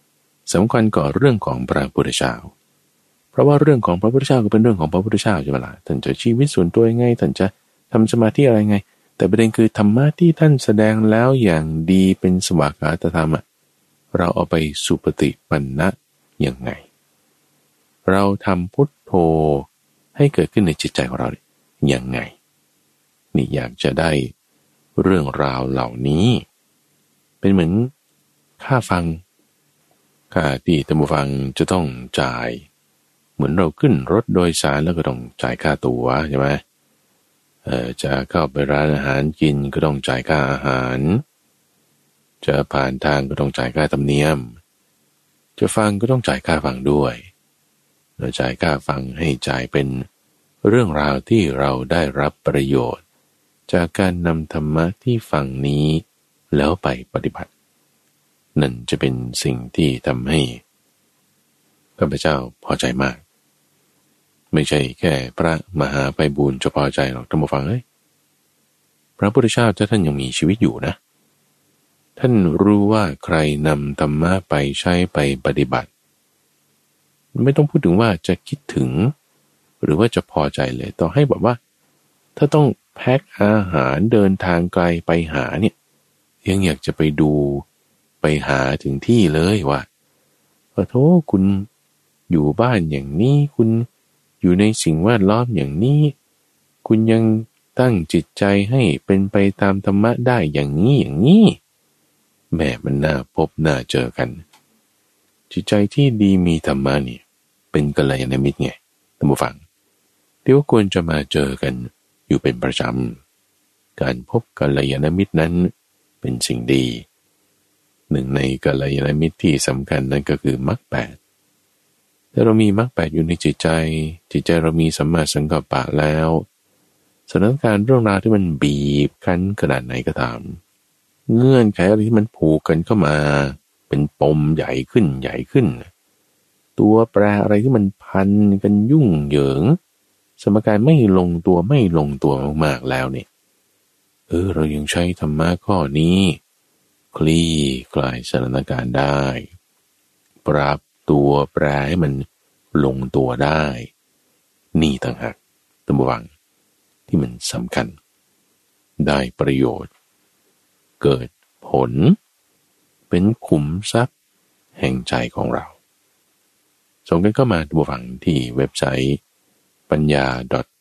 สำคัญกว่าเรื่องของพระพุทธเจ้าเพราะว่าเรื่องของพระพุทธเจ้าก็เป็นเรื่องของพระพุทธเจ้าใช่ไหมล่ะท่านจะชีวิตส่วนตัวยังไงท่านจะทำสมาธิอะไรไงแต่ประเด็นคือธรรมะที่ท่านแสดงแล้วอย่างดีเป็นสวากาตธรรมะเราเอาไปสุปฏิปันนะยังไงเราทำพุทโธให้เกิดขึ้นในจิตใจของเรายังไงนี่อยากจะได้เรื่องราวเหล่านี้เป็นเหมือนค่าฟังค่าที่ท่านผู้ฟังจะต้องจ่ายเหมือนเราขึ้นรถโดยสารแล้วก็ต้องจ่ายค่าตั๋วใช่ไหมจะเข้าไปร้านอาหารกินก็ต้องจ่ายค่าอาหารจะผ่านทางก็ต้องจ่ายค่าธรรมเนียมจะฟังก็ต้องจ่ายค่าฟังด้วยเราจ่ายค่าฟังให้จ่ายเป็นเรื่องราวที่เราได้รับประโยชน์จากการนำธรรมะที่ฟังนี้แล้วไปปฏิบัตินั่นจะเป็นสิ่งที่ทำให้ข้าพเจ้าพอใจมากไม่ใช่แค่พระมหาไพบูลย์จะพอใจหรอกท่านผู้ฟังพระพุทธเจ้าถ้าท่านยังมีชีวิตอยู่นะท่านรู้ว่าใครนำธรรมะไปใช้ไปปฏิบัติไม่ต้องพูดถึงว่าจะคิดถึงหรือว่าจะพอใจเลยต่อให้บอกว่าถ้าต้องแพ็คอาหารเดินทางไกลไปหาเนี่ยยังอยากจะไปดูไปหาถึงที่เลยว่าโธ่คุณอยู่บ้านอย่างนี้คุณอยู่ในสิ่งแวดล้อมอย่างนี้คุณยังตั้งจิตใจให้เป็นไปตามธรรมะได้อย่างนี้แม่มันน่าพบน่าเจอกันจิตใจที่ดีมีธรรมะนี่เป็นกัลยาณมิตรไงท่านผู้ฟังเดี๋ยวควรจะมาเจอกันอยู่เป็นประจำการพบกัลยาณมิตรนั้นเป็นสิ่งดีหนึ่งในกัลยาณมิตรที่สำคัญนั่นก็คือมรรคแปดถ้าเรามีมรรคแปดอยู่ในจิตใจเรามีสัมมาสังกัปปะแล้วสถานการณ์เรื่องราวที่มันบีบคั้นขนาดไหนก็ตามเงื่อนไขอะไรที่มันผูกกันเข้ามาเป็นปมใหญ่ขึ้นตัวแปรอะไรที่มันพันกันยุ่งเหยิงสมการไม่ลงตัวมากๆแล้วเนี่ยเรายังใช้ธรรมะข้อนี้คลี่คลายสถานการณ์ได้ปรับตัวแปรให้มันลงตัวได้นี่ต่างหากท่านผู้ฟังที่มันสำคัญได้ประโยชน์เกิดผลเป็นขุมทรัพย์แห่งใจของเราส่งกันเข้ามาท่านผู้ฟังที่เว็บไซต์ปัญญา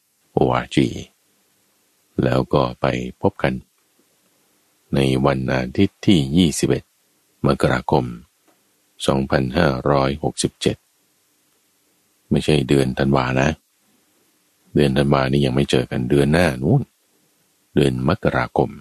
.org แล้วก็ไปพบกันในวันอาทิตย์ที่21มกราคม2567ไม่ใช่เดือนธันวานะเดือนธันวานี่ยังไม่เจอกันเดือนหน้านู้นเดือนมกราคม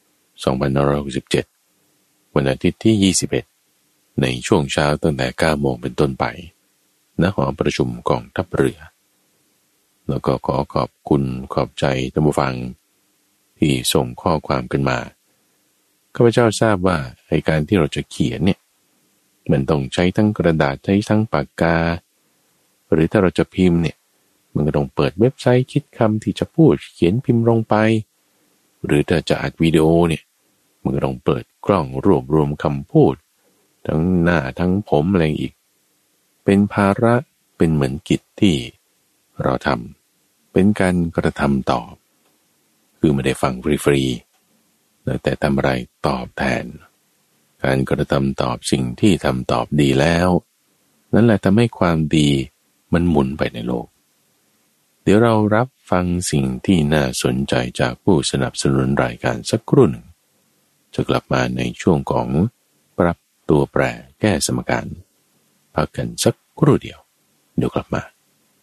2567วันอาทิตย์ที่21ในช่วงเช้าตั้งแต่ 9 โมงเป็นต้นไปณ หอประชุมกองทัพเรือแล้วก็ขอขอบคุณขอบใจท่านผู้ฟังที่ส่งข้อความกันมาข้าพเจ้าทราบว่าไอ้การที่เราจะเขียนเนี่ยมันต้องใช้ทั้งกระดาษใช้ทั้งปากกาหรือถ้าเราจะพิมพ์เนี่ยมันก็ต้องเปิดเว็บไซต์คิดคำที่จะพูดเขียนพิมพ์ลงไปหรือถ้าจะอัดวิดีโอเนี่ยมันก็ต้องเปิดกล้องรวบรวมคำพูดทั้งหน้าทั้งผมอะไรอีกเป็นภาระเป็นเหมือนกิจที่เราทำเป็นการกระทำตอบคือไม่ได้ฟังฟรีๆแต่ทำอะไรตอบแทนการกระทำตอบสิ่งที่ทำตอบดีแล้วนั่นแหละทำให้ความดีมันหมุนไปในโลกเดี๋ยวเรารับฟังสิ่งที่น่าสนใจจากผู้สนับสนุนรายการสักครู่หนึ่งจะกลับมาในช่วงของปรับตัวแปรแก้สมการพักกันสักครู่เดียวเดี๋ยวกลับมา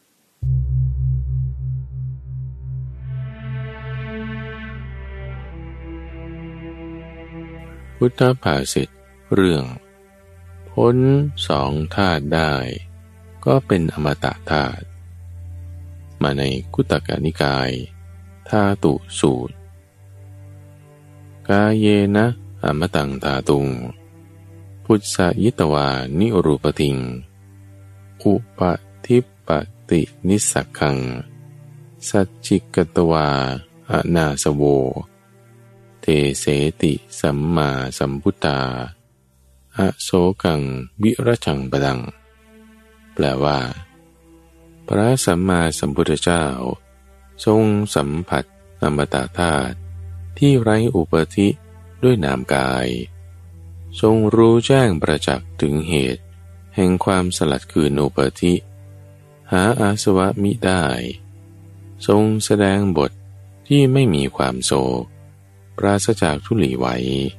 พุทธภาษิตเรื่องพ้นสองธาตุได้ก็เป็นอมตะธาตุมาในคุตตกนิกายธาตุสูตรกาเยนะอมตังธาตุงพุทธยิตวานิรูปติงอุปทิปปตินิสักขังสัจจิกตวาอนาสโวเตเสติสัมมาสัมพุทธาอโศกังวิรชังปดังแปลว่าพระสัมมาสัมพุทธเจ้าทรงสัมผัสอมตะธาตุที่ไร้อุปธิด้วยนามกายทรงรู้แจ้งประจักษ์ถึงเหตุแห่งความสลัดคืนอุปธิหาอาสวะมิได้ทรงแสดงบทที่ไม่มีความโศกปราศจากทุลีไว้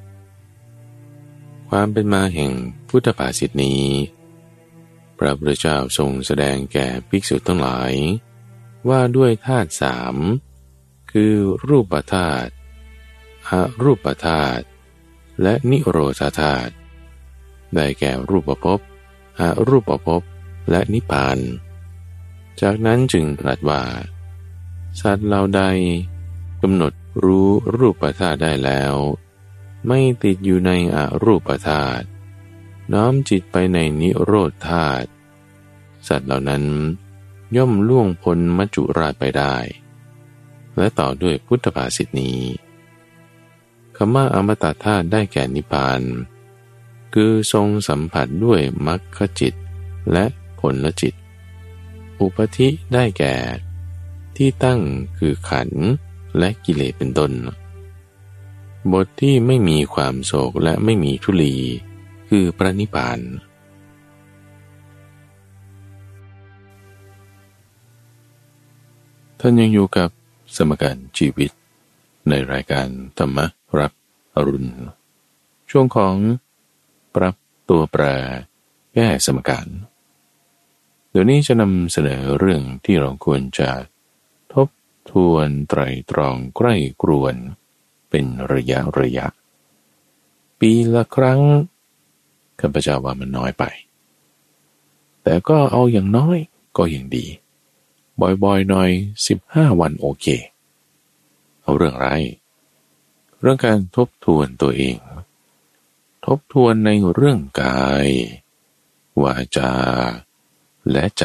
ความเป็นมาแห่งพุทธภาษิตนี้พระพุทธเจ้าทรงแสดงแก่ภิกษุทั้งหลายว่าด้วยธาตุสามคือรูปธาตุอรูปธาตุและนิโรธาธาตุได้แก่รูปภพอรูปภพและนิพพานจากนั้นจึงตรัสว่าสัตว์เหล่าใดกำหนดรู้รูปธาตุได้แล้วไม่ติดอยู่ในอรูปธาตุน้อมจิตไปในนิโรธธาตุสัตว์เหล่านั้นย่อมล่วงพ้นมัจจุราชไปได้และต่อด้วยพุทธภาษิตนี้คำว่าอมตะธาตุได้แก่นิพพานคือทรงสัมผัสด้วยมรรคจิตและผลจิตอุปธิได้แก่ที่ตั้งคือขันธ์และกิเลสเป็นต้นบทที่ไม่มีความโศกและไม่มีทุลีคือพระนิพพานท่านยังอยู่กับสมการชีวิตในรายการธรรมรับอรุณช่วงของปรับตัวแปรแก้สมการเดี๋ยวนี้จะนำเสนอเรื่องที่เราควรจะทบทวนไตร่ตรองใกล้กรวนเป็นระยะปีละครั้งข้าพเจ้าว่ามันน้อยไปแต่ก็เอาอย่างน้อยก็ยังดีบ่อยๆหน่อย15วันโอเคเอาเรื่องไรเรื่องการทบทวนตัวเองทบทวนในเรื่องกายวาจาและใจ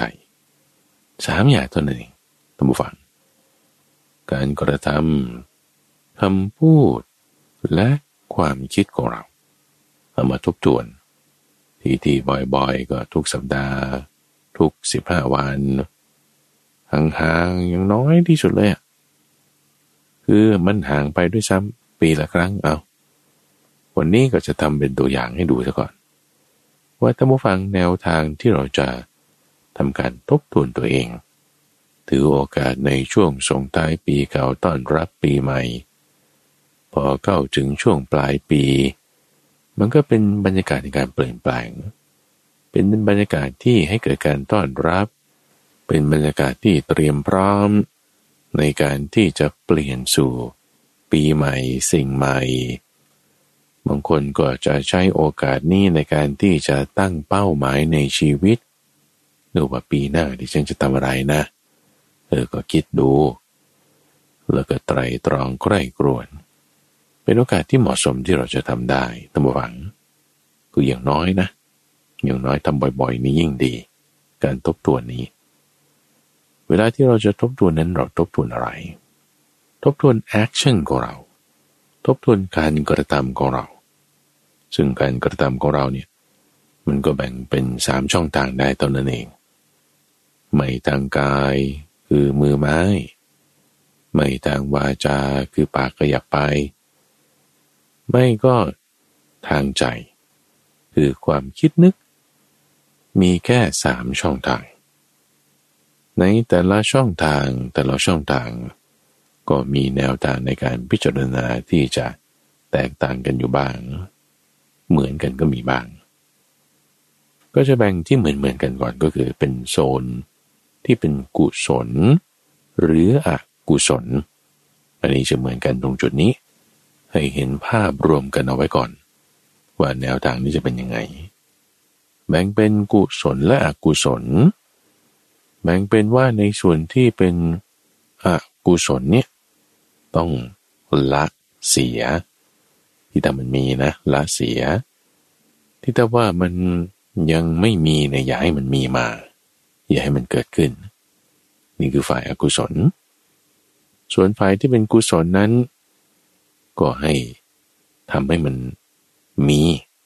3อย่างเท่านั้นเองท่านผู้ฟังการกระทำคำพูดและความคิดของเราเอามาทบทวนทีบ่อยๆก็ทุกสัปดาห์ทุก15วันห่างๆอย่างน้อยที่สุดเลยคือมันห่างไปด้วยซ้ำปีละครั้งเอาวันนี้ก็จะทำเป็นตัวอย่างให้ดูซะก่อนว่าท่านผู้ฟังแนวทางที่เราจะทำการทบทวนตัวเองถือโอกาสในช่วงส่งท้ายปีเก่าต้อนรับปีใหม่พอเข้าถึงช่วงปลายปีมันก็เป็นบรรยากาศในการเปลี่ยนแปลงเป็นบรรยากาศที่ให้เกิดการต้อนรับเป็นบรรยากาศที่เตรียมพร้อมในการที่จะเปลี่ยนสู่ปีใหม่สิ่งใหม่บางคนก็จะใช้โอกาสนี้ในการที่จะตั้งเป้าหมายในชีวิตดูว่าปีหน้าดิฉันจะทำอะไรนะก็คิดดูแล้วก็ไตร่ตรองใกล้กรวนเป็นโอกาสที่เหมาะสมที่เราจะทำได้ตั้งหวังคืออย่างน้อยนะอย่างน้อยทำบ่อยๆนี่ยิ่งดีการทบทวนนี้เวลาที่เราจะทบทวนนั้นเราทบทวนอะไรทบทวนแอคชั่นของเราทบทวนการกระทำของเราซึ่งการกระทำของเราเนี่ยมันก็แบ่งเป็น3ช่องทางได้เท่านั้นเองไม่ทางกายคือมือไม้ไม่ทางวาจาคือปากขยับไปไม่ก็ทางใจคือความคิดนึกมีแค่3ช่องทางในแต่ละช่องทางก็มีแนวทางในการพิจารณาที่จะแตกต่างกันอยู่บ้างเหมือนกันก็มีบ้างก็จะแบ่งที่เหมือนกันก่อนก็คือเป็นโซนที่เป็นกุศลหรืออกุศลอันนี้จะเหมือนกันตรงจุดนี้ให้เห็นภาพรวมกันเอาไว้ก่อนว่าแนวทางนี้จะเป็นยังไงแบ่งเป็นกุศลและอกุศลแบ่งเป็นว่าในส่วนที่เป็นอกุศลเนี่ยต้องละเสียที่ถ้ามันมีนะละเสียที่ถ้าว่ามันยังไม่มีเนี่ยอย่าให้มันมีมาอย่าให้มันเกิดขึ้นนี่คือฝ่ายอกุศลส่วนฝ่ายที่เป็นกุศลนั้นก็ให้ทำให้มันมี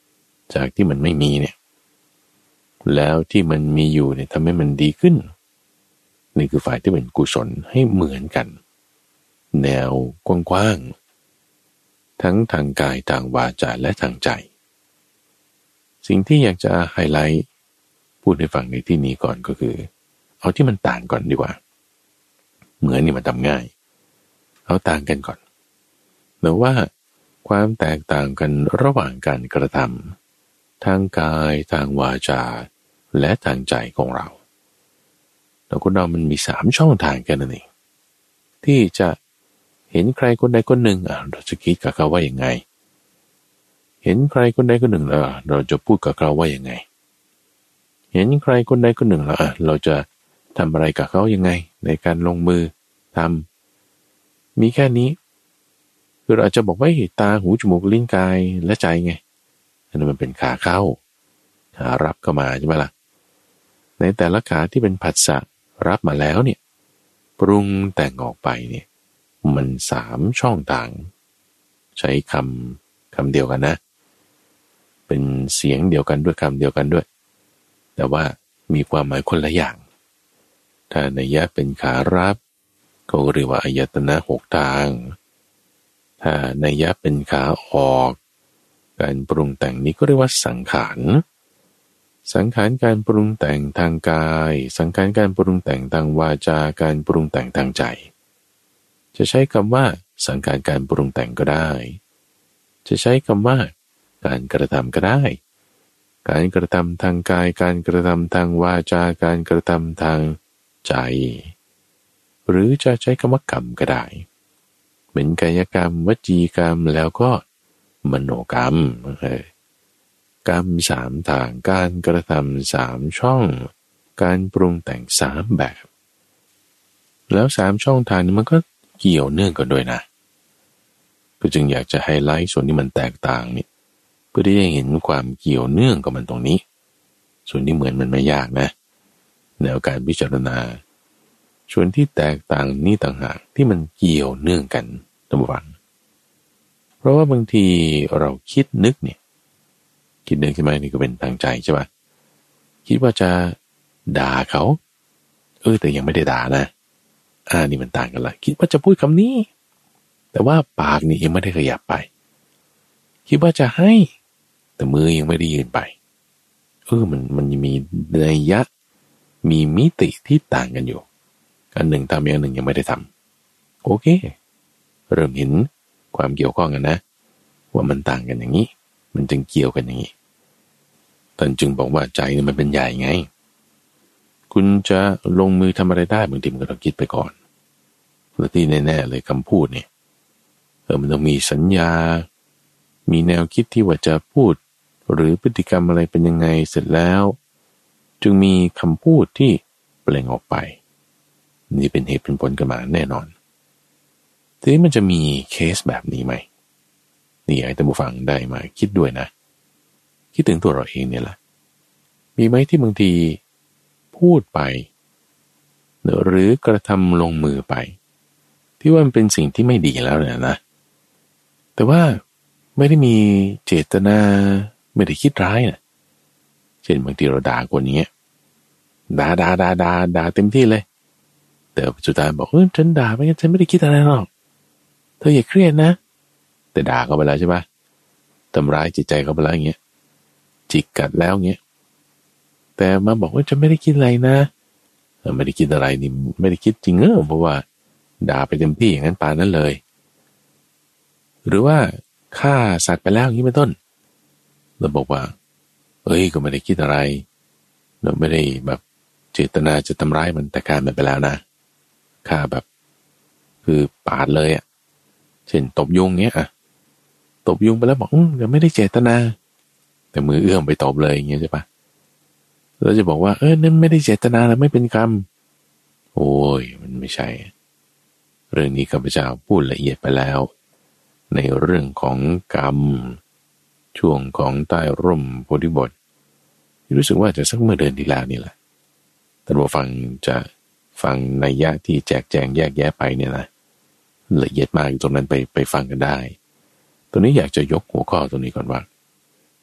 จากที่มันไม่มีเนี่ยแล้วที่มันมีอยู่เนี่ยทำให้มันดีขึ้นนี่คือฝ่ายที่เป็นกุศลให้เหมือนกันแนวกว้างๆทั้งทางกายทางวาจาและทางใจสิ่งที่อยากจะไฮไลท์พูดให้ฟังในที่นี้ก่อนก็คือเอาที่มันต่างก่อนดีกว่าเหมือนนี่มันทำง่ายเอาต่างกันก่อนแต่ว่าความแตกต่างกันระหว่างการกระทำทางกายทางวาจาและทางใจของเราแล้วคนเรามันมี3ช่องทางกันนั่นเองที่จะเห็นใครคนใดคนหนึ่งเราจะคิดกับเขาว่าอย่างไงเห็นใครคนใดคนหนึ่งเราจะพูดกับเขาว่าอย่างไงเห็นใครคนใดคนหนึ่งเราจะทำอะไรกับเขายังไงในการลงมือทำมีแค่นี้คือเราอาจจะบอกว่าตาหูจมูกลิ้นกายและใจไงอันนั้นมันเป็นขาเข้าขารับเข้ามาใช่ไหมล่ะในแต่ละขาที่เป็นผัสสะรับมาแล้วเนี่ยปรุงแต่งออกไปเนี่ยมัน3ช่องทางใช้คำเดียวกันนะเป็นเสียงเดียวกันด้วยคำเดียวกันด้วยแต่ว่ามีความหมายคนละอย่างถ้านัยยะเป็นขารับก็เรียกว่าอายตนะ6ทางถ้านัยยะเป็นขาออกการปรุงแต่งนี้ก็เรียกว่าสังขารการปรุงแต่งทางกายสังขารการปรุงแต่งทางวาจาการปรุงแต่งทางใจจะใช้คำว่าสังขารการปรุงแต่งก็ได้จะใช้คำว่าการกระทำก็ได้การกระทำทางกายการกระทำทางวาจาการกระทำทางใจหรือจะใช้คำว่ากรรมก็ได้เป็นกายกรรมวจีกรรมแล้วก็มโนกรรมกรรม3ทางการกระทำ3ช่องการปรุงแต่ง3แบบแล้ว3ช่องทางนี้มันก็เกี่ยวเนื่องกันด้วยนะก็จึงอยากจะไฮไลท์ส่วนที่มันแตกต่างนี่เพื่อที่จะเห็นความเกี่ยวเนื่องกับมันตรงนี้ส่วนที่เหมือนมันไม่ยากนะแนวการพิจารณาส่วนที่แตกต่างนี่ต่างหากที่มันเกี่ยวเนื่องกันระหว่างเพราะว่าบางทีเราคิดนึกใช่ไหมนี่ก็เป็นทางใจใช่ปะคิดว่าจะด่าเขาแต่ยังไม่ได้ด่านะนี่มันต่างกันละคิดว่าจะพูดคำนี้แต่ว่าปากนี่ยังไม่ได้ขยับไปคิดว่าจะให้แต่มือยังไม่ได้ยืนไปมันมีนัยยะมีมิติที่ต่างกันอยู่อันหนึ่งทำอย่างหนึ่งยังไม่ได้ทำโอเคเริ่มเห็นความเกี่ยวข้องกันนะว่ามันต่างกันอย่างนี้มันจึงเกี่ยวกันอย่างนี้ท่านจึงบอกว่าใจนี่มันเป็นใหญ่ไงคุณจะลงมือทำอะไรได้บางทีมันก็ต้องคิดไปก่อนแล้วที่แน่ๆเลยคำพูดเนี่ยมันต้องมีสัญญามีแนวคิดที่ว่าจะพูดหรือพฤติกรรมอะไรเป็นยังไงเสร็จแล้วจึงมีคำพูดที่เปล่งออกไปนี่เป็นเหตุเป็นผลกันมาแน่นอนทีนี้มันจะมีเคสแบบนี้ไหมนี่ให้ท่านผู้ฟังได้มาคิดด้วยนะคิดถึงตัวเราเองเนี่ยแหละมีไหมที่บางทีพูดไปหรือกระทำลงมือไปที่ว่ามันเป็นสิ่งที่ไม่ดีแล้วเนี่ยนะแต่ว่าไม่ได้มีเจตนาไม่ได้คิดร้ายนะเช่นบางทีเราด่าคนอย่างเงี้ยด่าเต็มที่เลยแต่สุดท้ายบอกฉันด่าไปงั้นฉันไม่ได้คิดอะไรหรอกเธออย่าเครียดนะแต่ด่าเขาไปแล้วใช่ปะทำร้ายจิตใจเขาไปแล้วอย่างเงี้ยจิกกัดแล้วเงี้ยแต่มาบอกว่าฉันไม่ได้คิดอะไรนะไม่ได้คิดอะไรนี่ไม่ได้คิดจริงเพราะว่าด่าไปเต็มที่อย่างนั้นปานนั้นเลยหรือว่าฆ่าสัตว์ไปแล้วอย่างนี้เป็นต้นเราบอกว่าก็ไม่ได้คิดอะไรเราไม่ได้แบบเจตนาจะทำร้ายมันแต่การมันไปแล้วนะฆ่าแบบคือปาดเลยเช่นตบยุงเงี้ยตบยุงไปแล้วบอกเดี๋ยวไม่ได้เจตนาแต่มือเอื้อมไปตบเลยอย่างเงี้ยใช่ปะเราจะบอกว่านั่นไม่ได้เจตนาแล้วไม่เป็นกรรมโอ้ยมันไม่ใช่เรื่องนี้ข้าพเจ้าพูดละเอียดไปแล้วในเรื่องของกรรมช่วงของใต้ร่มโพธิบทที่รู้สึกว่าจะสักเมื่อเดือนที่แล้วนี่แหละแต่ว่าฟังจะฟังนัยยะที่แจกแจงแยกแยะไปเนี่ยนะละเอียดมากอยู่ตรงนั้นไปฟังกันได้ตัวนี้อยากจะยกหัวข้อตรงนี้ก่อนว่าค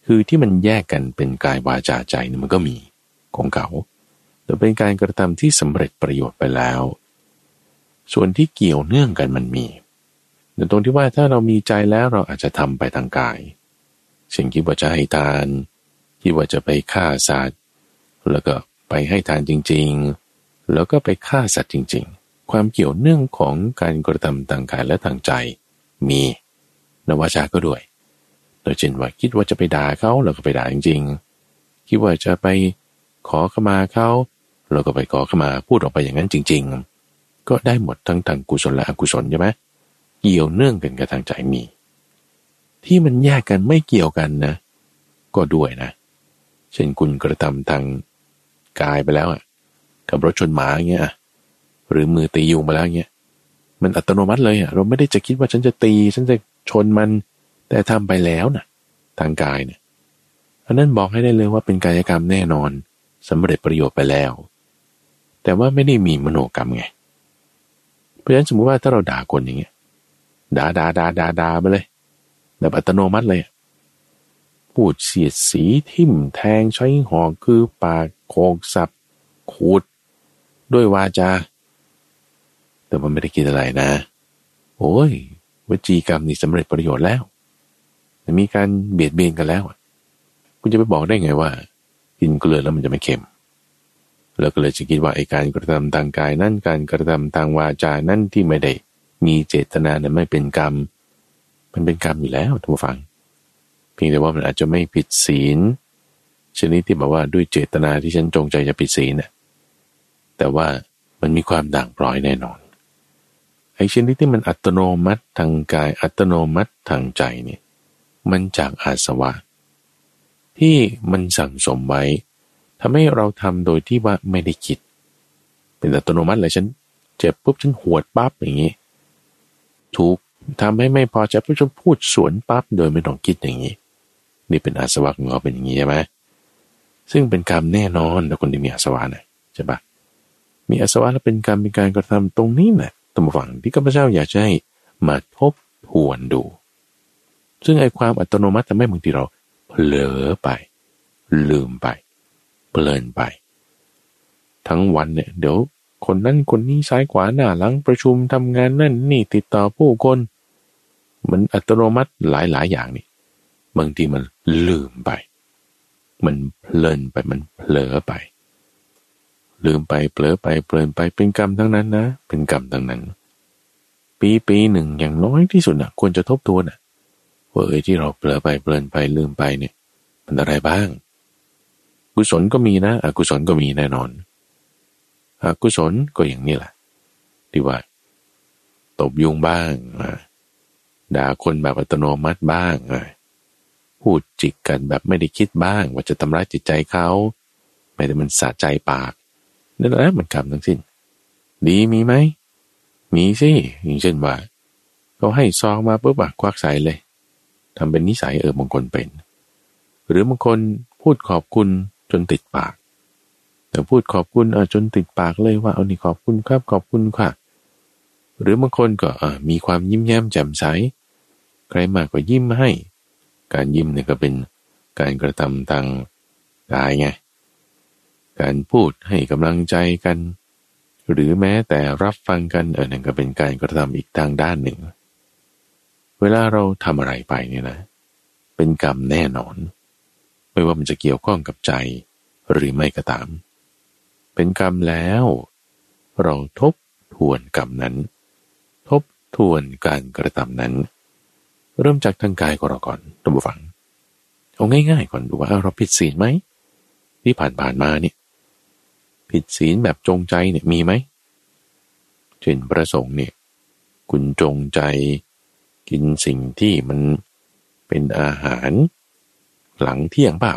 คือที่มันแยกกันเป็นกายวาจาใจเนี่ยมันก็มีของเขาแต่เป็นการกระทำที่สำเร็จประโยชน์ไปแล้วส่วนที่เกี่ยวเนื่องกันมันมีแต่ตรงที่ว่าถ้าเรามีใจแล้วเราอาจจะทำไปทางกายเช่นคิดว่าจะให้ทานคิดว่าจะไปฆ่าสัตว์แล้วก็ไปให้ทานจริงๆแล้วก็ไปฆ่าสัตว์จริงๆความเกี่ยวเนื่องของการกระทำทางกายและทางใจมีนวาจาก็ด้วยโดยเช่นว่าคิดว่าจะไปด่าเขาเราก็ไปด่าจริงๆคิดว่าจะไปขอขมาเขาเราก็ไปขอขมาพูดออกไปอย่างนั้นจริงๆก็ได้หมดทั้งทางกุศลและอกุศลใช่ไหมเกี่ยวเนื่องกันกับทางใจมีที่มันแยกกันไม่เกี่ยวกันนะก็ด้วยนะเช่นคุณกระทำทางกายไปแล้วอ่ะกับรถชนหมาอย่างเงี้ยหรือมือตียุงไปแล้วเงี้ยมันอัตโนมัติเลยอ่ะเราไม่ได้จะคิดว่าฉันจะตีฉันจะชนมันแต่ทำไปแล้วนะทางกายเนี่ยอันนั้นบอกให้ได้เลยว่าเป็นกายกรรมแน่นอนสำเร็จประโยชน์ไปแล้วแต่ว่าไม่ได้มีมโนกรรมไงเพราะฉะนั้นสมมติว่าถ้าเราด่าคนอย่างเงี้ยด่าไปเลยแบบอัตโนมัติเลยพูดเสียดสีทิ่มแทงใช้หอกคือปากโขกสับขูดด้วยวาจาแต่มันไม่ได้คิดอะไรนะโอ้ยวจีกรรมนี่สำเร็จประโยชน์แล้วมีการเบียดเบียนกันแล้วคุณจะไปบอกได้ไงว่ากินเกลือแล้วมันจะไม่เค็มแล้วก็เลยจะคิดว่าไอ้การกระทำทางกายนั่นการกระทำทางวาจานั่นที่ไม่ได้มีเจตนาเนี่ยไม่เป็นกรรมมันเป็นกรรมอยู่แล้วท่านผู้ฟังเพียงแต่ว่ามันอาจจะไม่ผิดศีลชนิดที่แบบว่าด้วยเจตนาที่ฉันจงใจจะผิดศีลเนี่ยแต่ว่ามันมีความด่างพร้อยแน่นอนไอ้ชนิดที่มันอัตโนมัติทางกายอัตโนมัติทางใจเนี่ยมันจากอาสวะที่มันสั่งสมไว้ทำให้เราทำโดยที่ว่าไม่ได้คิดเป็นอัตโนมัติเลยฉันเจ็บปุ๊บฉันหวดปั๊บอย่างนี้ถูกทำให้ไม่พอใจปุ๊บฉันพูดสวนปั๊บโดยไม่ต้องคิดอย่างนี้นี่เป็นอาสวะของเราเป็นอย่างนี้ใช่ไหมซึ่งเป็นกรรมแน่นอนแล้วคนที่มีอาสวะนะใช่ปะมีอาสวะแล้วเป็นกรรมเป็นการกระทำตรงนี้แหละตามฝั่งที่ข้าพเจ้าอยากจะให้มาทบทวนดูซึ่งไอ้ความอัตโนมัติทำให้บางทีเราเผลอไปลืมไปเพลินไปทั้งวันเนี่ยเดี๋ยวคนนั้นคนนี้ซ้ายขวาหน้าหลังประชุมทำงานนั่นนี่ติดต่อผู้คนมันอัตโนมัติหลายอย่างนี่บางทีมันลืมไปมันเพลินไปมันเผลอไปลืมไปเผลอไปเพลินไปเป็นกรรมทั้งนั้นนะเป็นกรรมทั้งนั้นปีหนึ่งอย่างน้อยที่สุดนะควรจะทบทวนนะว่าที่เราเผลอไปเพลินไปลืมไปเนี่ยมันอะไรบ้างกุศลก็มีนะอกุศลก็มีแน่นอนอกุศลก็อย่างนี้แหละที่ว่าตบยุงบ้างด่าคนแบบอัตโนมัติบ้างพูดจิกกันแบบไม่ได้คิดบ้างว่าจะทำร้ายจิตใจเขาไม่ได้มันสะใจปากนั่นแหละมันกรรมทั้งสิ้นดีมีไหมมีสิอย่างเช่นว่าเขาให้ซองมาปุ๊บควักใส่เลยทำเป็นนิสัยบางคนเป็นหรือบางคนพูดขอบคุณจนติดปากแต่พูดขอบคุณจนติดปากเลยว่าเอานี่ขอบคุณครับขอบคุณค่ะหรือบางคนก็มีความยิ้มแย้มแจ่มใสใครมากก็ยิ้มให้การยิ้มเนี่ยก็เป็นการกระทำทางกายไงการพูดให้กำลังใจกันหรือแม้แต่รับฟังกันนั่นก็เป็นการกระทำอีกทางด้านหนึ่งเวลาเราทำอะไรไปเนี่ยนะเป็นกรรมแน่นอนไม่ว่ามันจะเกี่ยวข้องกับใจหรือไม่ก็ตามเป็นกรรมแล้วเราทบทวนกรรมนั้นทบทวนการกระทำนั้นเริ่มจากทางกายของเราก่อนท่านผู้ฟังเอาง่ายๆก่อนดูว่าเราผิดศีลไหมที่ผ่านมาเนี่ยผิดศีลแบบจงใจเนี่ยมีไหมเช่นพระสงฆ์เนี่ยคุณจงใจกินสิ่งที่มันเป็นอาหารหลังเที่ยงเปล่า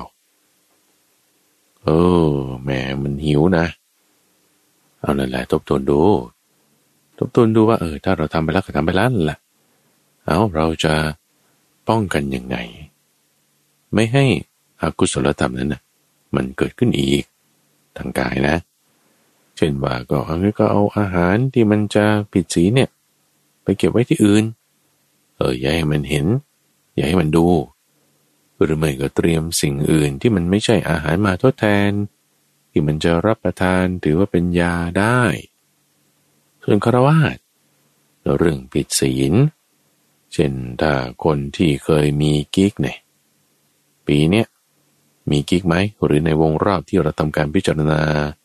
แหมมันหิวนะเอานั่นแหละทบทวนดูว่าถ้าเราทำไปแล้วก็ทำไปแล้วนั่นแหละเราจะป้องกันยังไงไม่ให้อกุศลธรรมนั้นนะมันเกิดขึ้นอีกทางกายนะเช่นว่าก็เอาอาหารที่มันจะผิดศีลเนี่ยไปเก็บไว้ที่อื่นอย่าให้มันเห็นอย่าให้มันดูหรือไม่ก็เตรียมสิ่งอื่นที่มันไม่ใช่อาหารมาทดแทนที่มันจะรับประทานถือว่าเป็นยาได้ส่วนฆราวาสเรื่องผิดศีลเช่นถ้าคนที่เคยมีกิ๊กเนี่ยปีเนี้ยมีกิ๊กไหมหรือในวงรอบที่เราทำการพิจารณา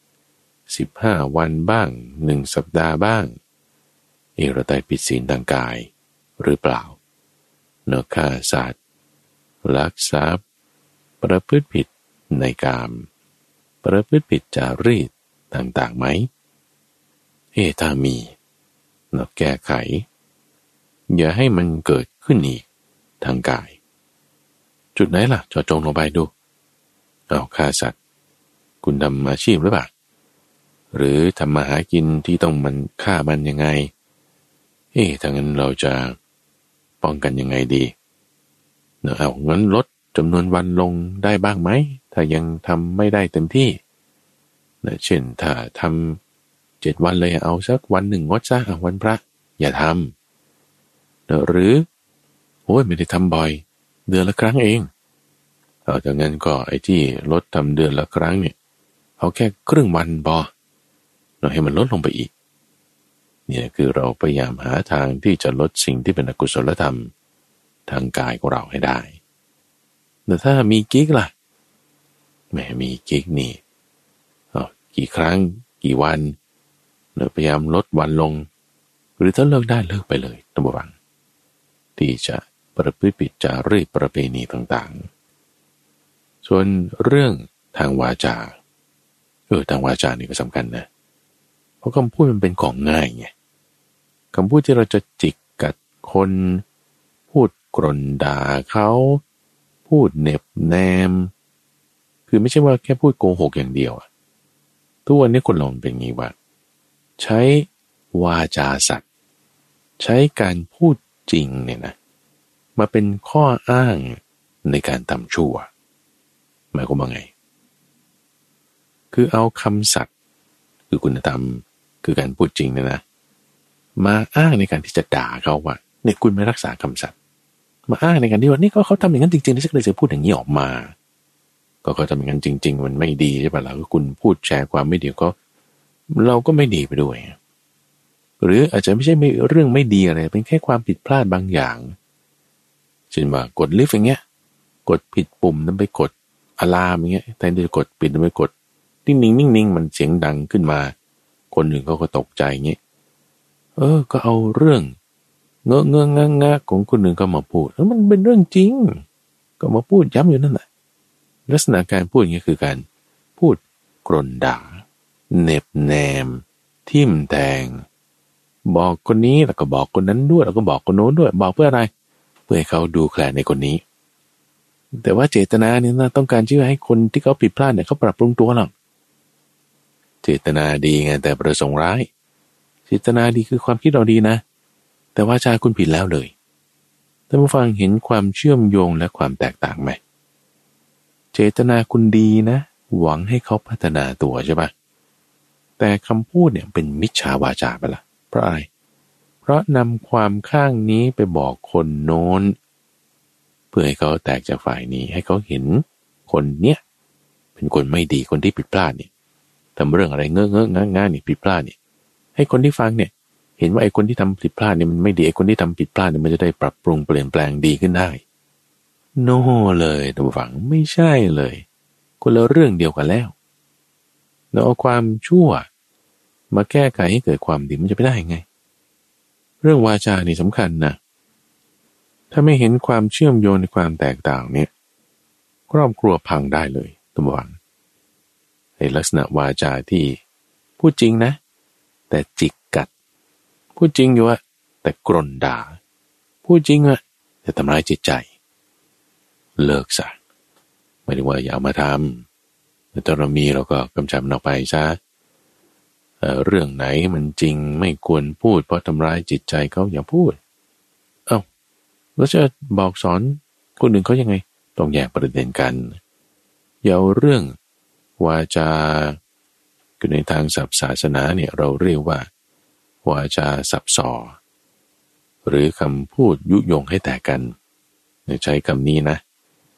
15 วันบ้าง1 สัปดาห์บ้างเราได้ผิดศีลทางกายหรือเปล่าเนื้อฆ่าสัตว์ลักทรัพย์ประพฤติผิดในกามประพฤติผิดจารีตต่างๆไหมถ้ามีเราแก้ไขอย่าให้มันเกิดขึ้นอีกทางกายจุดไหนล่ะเจาะจงลงไปดูเอาฆ่าสัตว์คุณทำอาชีพหรือเปล่าหรือทำมาหากินที่ต้องมันฆ่ามันยังไงถ้างั้นเราจะป้องกันยังไงดีเอางั้นลดจำนวนวันลงได้บ้างไหมถ้ายังทำไม่ได้เต็มที่เช่นถ้าทำ7 วันเลยเอาสักวันหนึ่งงดซะวันพระอย่าทำหรือไม่ได้ทำบ่อยเดือนละครั้งเองดังนั้นก็ไอ้ที่ลดทำเดือนละครั้งเนี่ยเอาแค่ครึ่งวันพอเราให้มันลดลงไปอีกเนี่ยคือเราพยายามหาทางที่จะลดสิ่งที่เป็นอกุศลธรรมทางกายของเราให้ได้แต่ถ้ามีกิ๊กล่ะแม้มีกิ๊กนี่กี่ครั้งกี่วันเราพยายามลดวันลงหรือถ้าเลิกได้เลิกไปเลยตั้งแต่วันที่จะประพฤติผิดจารีตประเพณีต่างๆส่วนเรื่องทางวาจาทางวาจานี่ก็สำคัญนะเพราะคำพูดมันเป็นของง่ายไงคำพูดที่เราจะจิกกัดคนพูดกร่นด่าเขาพูดเหน็บแนมคือไม่ใช่ว่าแค่พูดโกหกอย่างเดียวทุกวันนี้คนเราเป็นงี้ว่าใช้วาจาสัตย์ใช้การพูดจริงเนี่ยนะมาเป็นข้ออ้างในการทำชั่วหมายความว่าไงคือเอาคำสัตย์คือคุณธรรมคือการพูดจริงเนี่ยนะมาอ้างในการที่จะด่าเขาว่าเนี่ยคุณไม่รักษาคำสัตย์มาอ้างในการที่ว่านี่เขาทำอย่างนั้นจริงๆที่ฉันเลยจะพูดอย่างนี้ออกมาก็เขาทำอย่างนั้นจริงๆมันไม่ดีใช่ป่ะล่ะก็คุณพูดแชร์ความไม่ดีก็เราก็ไม่ดีไปด้วยหรืออาจจะไม่ใช่เรื่องไม่ดีอะไรเป็นแค่ความผิดพลาดบางอย่างเช่นว่ากดลิฟต์อย่างเงี้ยกดผิดปุ่มนั้นไปกดอะลามอย่างเงี้ยแทนที่จะกดปิดนั้นไปกดนิ่งๆนิ่งๆมันเสียงดังขึ้นมาคนอื่นเขาก็ตกใจอย่างเงี้ยก็เอาเรื่องเงอะงะของคนอื่นก็มาพูดแล้วมันเป็นเรื่องจริงก็มาพูดย้ำอยู่นั่นแหละลักษณะการพูดอย่างนี้คือการพูดกร่นด่าเหน็บแนมทิ่มแทงบอกคนนี้แล้วก็บอกคนนั้นด้วยแล้วก็บอกคนโน้นด้วยบอกเพื่ออะไรเพื่อให้เขาดูแคลนในคนนี้แต่ว่าเจตนาเนี่ยนะต้องการที่จะให้คนที่เขาผิดพลาดเนี่ยเขาปรับปรุงตัวหรอกเจตนาดีไงแต่ประสงค์ร้ายเจตนาดีคือความคิดเราดีนะแต่ว่าชาคุณผิดแล้วเลยท่านผู้ฟังเห็นความเชื่อมโยงและความแตกต่างไหมเจตนาคุณดีนะหวังให้เขาพัฒนาตัวใช่ปะแต่คำพูดเนี่ยเป็นมิจฉาวาจาไปละเพราะอะไรเพราะนำความข้างนี้ไปบอกคนโน้นเพื่อให้เขาแตกจากฝ่ายนี้ให้เขาเห็นคนเนี้ยเป็นคนไม่ดีคนที่ผิดพลาดเนี่ยทำเรื่องอะไรเงอะง่ายๆนี่ผิดพลาดเนี่ยให้คนที่ฟังเนี่ยเห็นว่าไอ้คนที่ทำผิดพลาดเนี่ยมันไม่ดีไอ้คนที่ทำผิดพลาดเนี่ยมันจะได้ปรับปรุงเปลี่ยนแปลงดีขึ้นได้โน่เลยท่านผู้ฟังไม่ใช่เลยคนละเรื่องเดียวกันแล้วเราเอาความชั่วมาแก้ไขให้เกิดความดีมันจะไปได้ไงเรื่องวาจานี่สำคัญนะถ้าไม่เห็นความเชื่อมโยงในความแตกต่างเนี่ยครอบครัวพังได้เลยท่านผู้ฟังในลักษณะวาจาที่พูดจริงนะแต่จิกกัดพูดจริงอยู่ว่าแต่กร่นด่าพูดจริงว่าแต่ทำร้ายจิตใจเลิกซะไม่ได้ว่าอย่าเอามาทำแต่ถ้าเรามีเราก็กำจัดมันออกไปซะเรื่องไหนมันจริงไม่ควรพูดเพราะทำร้ายจิตใจเขาอย่าพูดแล้วจะบอกสอนคนอื่นเขายังไงต้องแยกประเด็นกันอย่าเอาเรื่องวาจาคือในทางศัพท์ศาสนาเนี่ยเราเรียกว่าวาจาสับส่อหรือคำพูดยุยงให้แตกกันใช้คำนี้นะ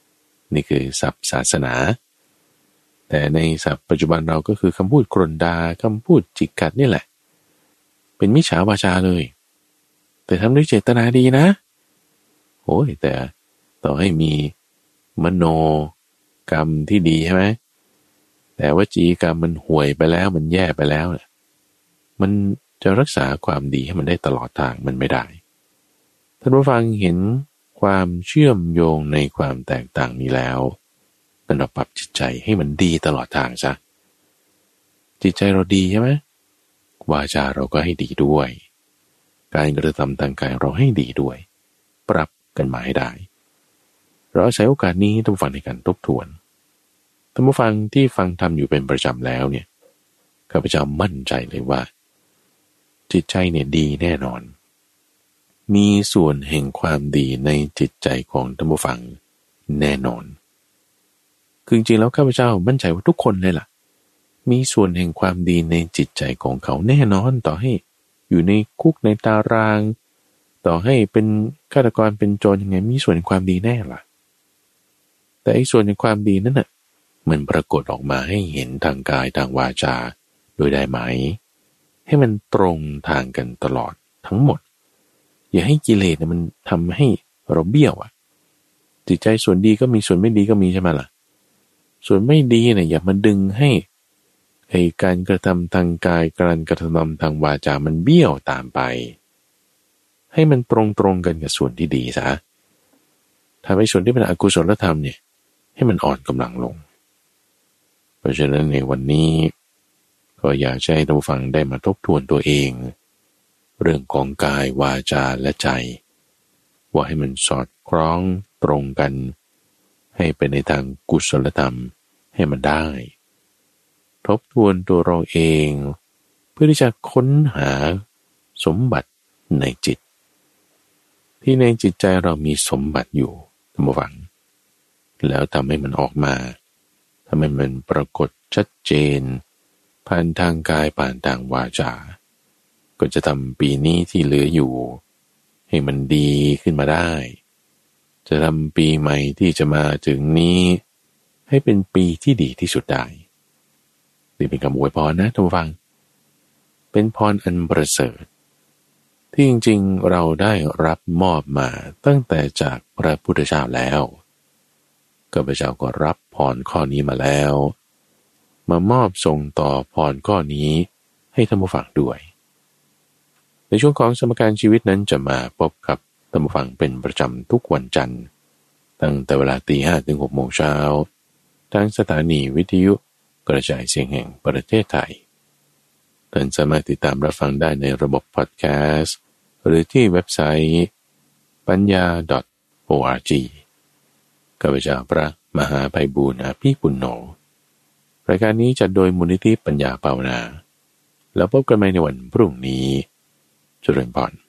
นี่คือศัพท์ศาสนาแต่ในศัพท์ปัจจุบันเราก็คือคำพูดกรนด่าคำพูดจิกกัดนี่แหละเป็นมิจฉาวาจาเลยแต่ทำด้วยเจตนาดีนะโอ้ยแต่ต่อให้มีมโนกรรมที่ดีใช่ไหมแต่วจีกรรมมันห่วยไปแล้วมันแย่ไปแล้วมันจะรักษาความดีให้มันได้ตลอดทางมันไม่ได้ท่านผู้ฟังเห็นความเชื่อมโยงในความแตกต่างนี้แล้วเราปรับจิตใจให้มันดีตลอดทางซะจิตใจเราดีใช่ไหมวาจาเราก็ให้ดีด้วยการกระทำทางกายเราให้ดีด้วยปรับกันมาให้ได้เราใช้โอกาสนี้ท่านผู้ฟังในการทบทวนท่านผู้ฟังที่ฟังทำอยู่เป็นประจำแล้วเนี่ยข้าพเจ้ามั่นใจเลยว่าจิตใจเนี่ยดีแน่นอนมีส่วนแห่งความดีในจิตใจของท่านผู้ฟังแน่นอนคือจริงๆแล้วข้าพเจ้ามั่นใจว่าทุกคนเลยล่ะมีส่วนแห่งความดีในจิตใจของเขาแน่นอนต่อให้อยู่ในคุกในตารางต่อให้เป็นฆาตกรเป็นโจรยังไงมีส่วนแห่งความดีแน่ล่ะแต่ไอ้ส่วนแห่งความดีนั้นน่ะมันปรากฏออกมาให้เห็นทางกายทางวาจาโดยได้ไหมให้มันตรงทางกันตลอดทั้งหมดอย่าให้กิเลสเนี่ยมันทำให้เราเบี้ยวจิตใจส่วนดีก็มีส่วนไม่ดีก็มีใช่ไหมล่ะส่วนไม่ดีเนี่ยอย่ามาดึงให้ไอ้การกระทำทางกายการกระทำทางวาจามันเบี้ยวตามไปให้มันตรงกันกับส่วนที่ดีซะทำให้ส่วนที่เป็นอกุศลธรรมเนี่ยให้มันอ่อนกำลังลงเพราะฉะนั้นในวันนี้ก็อยากให้ท่านผู้ฟังได้มาทบทวนตัวเองเรื่องของกายวาจาและใจว่าให้มันสอดคล้องตรงกันให้เป็นในทางกุศลธรรมให้มันได้ทบทวนตัวเราเองเพื่อที่จะค้นหาสมบัติในจิตที่ในจิตใจเรามีสมบัติอยู่ท่านผู้ฟังแล้วทำให้มันออกมาทำให้มันปรากฏชัดเจนผ่านทางกายผ่านทางวาจาก็จะทำปีนี้ที่เหลืออยู่ให้มันดีขึ้นมาได้จะทำปีใหม่ที่จะมาถึงนี้ให้เป็นปีที่ดีที่สุดได้นี่เป็นคำอวยพรนะท่านผู้ฟังเป็นพรอันประเสริฐที่จริงๆเราได้รับมอบมาตั้งแต่จากพระพุทธเจ้าแล้วข้าพเจ้าก็รับพรข้อนี้มาแล้วมามอบส่งต่อพรข้อนี้ให้ท่านผู้ฟังด้วยในช่วงของสมการชีวิตนั้นจะมาพบกับท่านผู้ฟังเป็นประจำทุกวันจันทร์ตั้งแต่เวลา 5:00 ถึง 6:00 น.ทางสถานีวิทยุกระจายเสียงแห่งประเทศไทยท่านสามารถติดตามรับฟังได้ในระบบพอดแคสต์หรือที่เว็บไซต์ปัญญา .org ข้าพเจ้าพระมหาไพบูลย์อภิปุณโญรายการนี้จัดโดยมูลนิธิปัญญาภาวนาแล้วพบกันใหม่ในวันพรุ่งนี้เจริญพร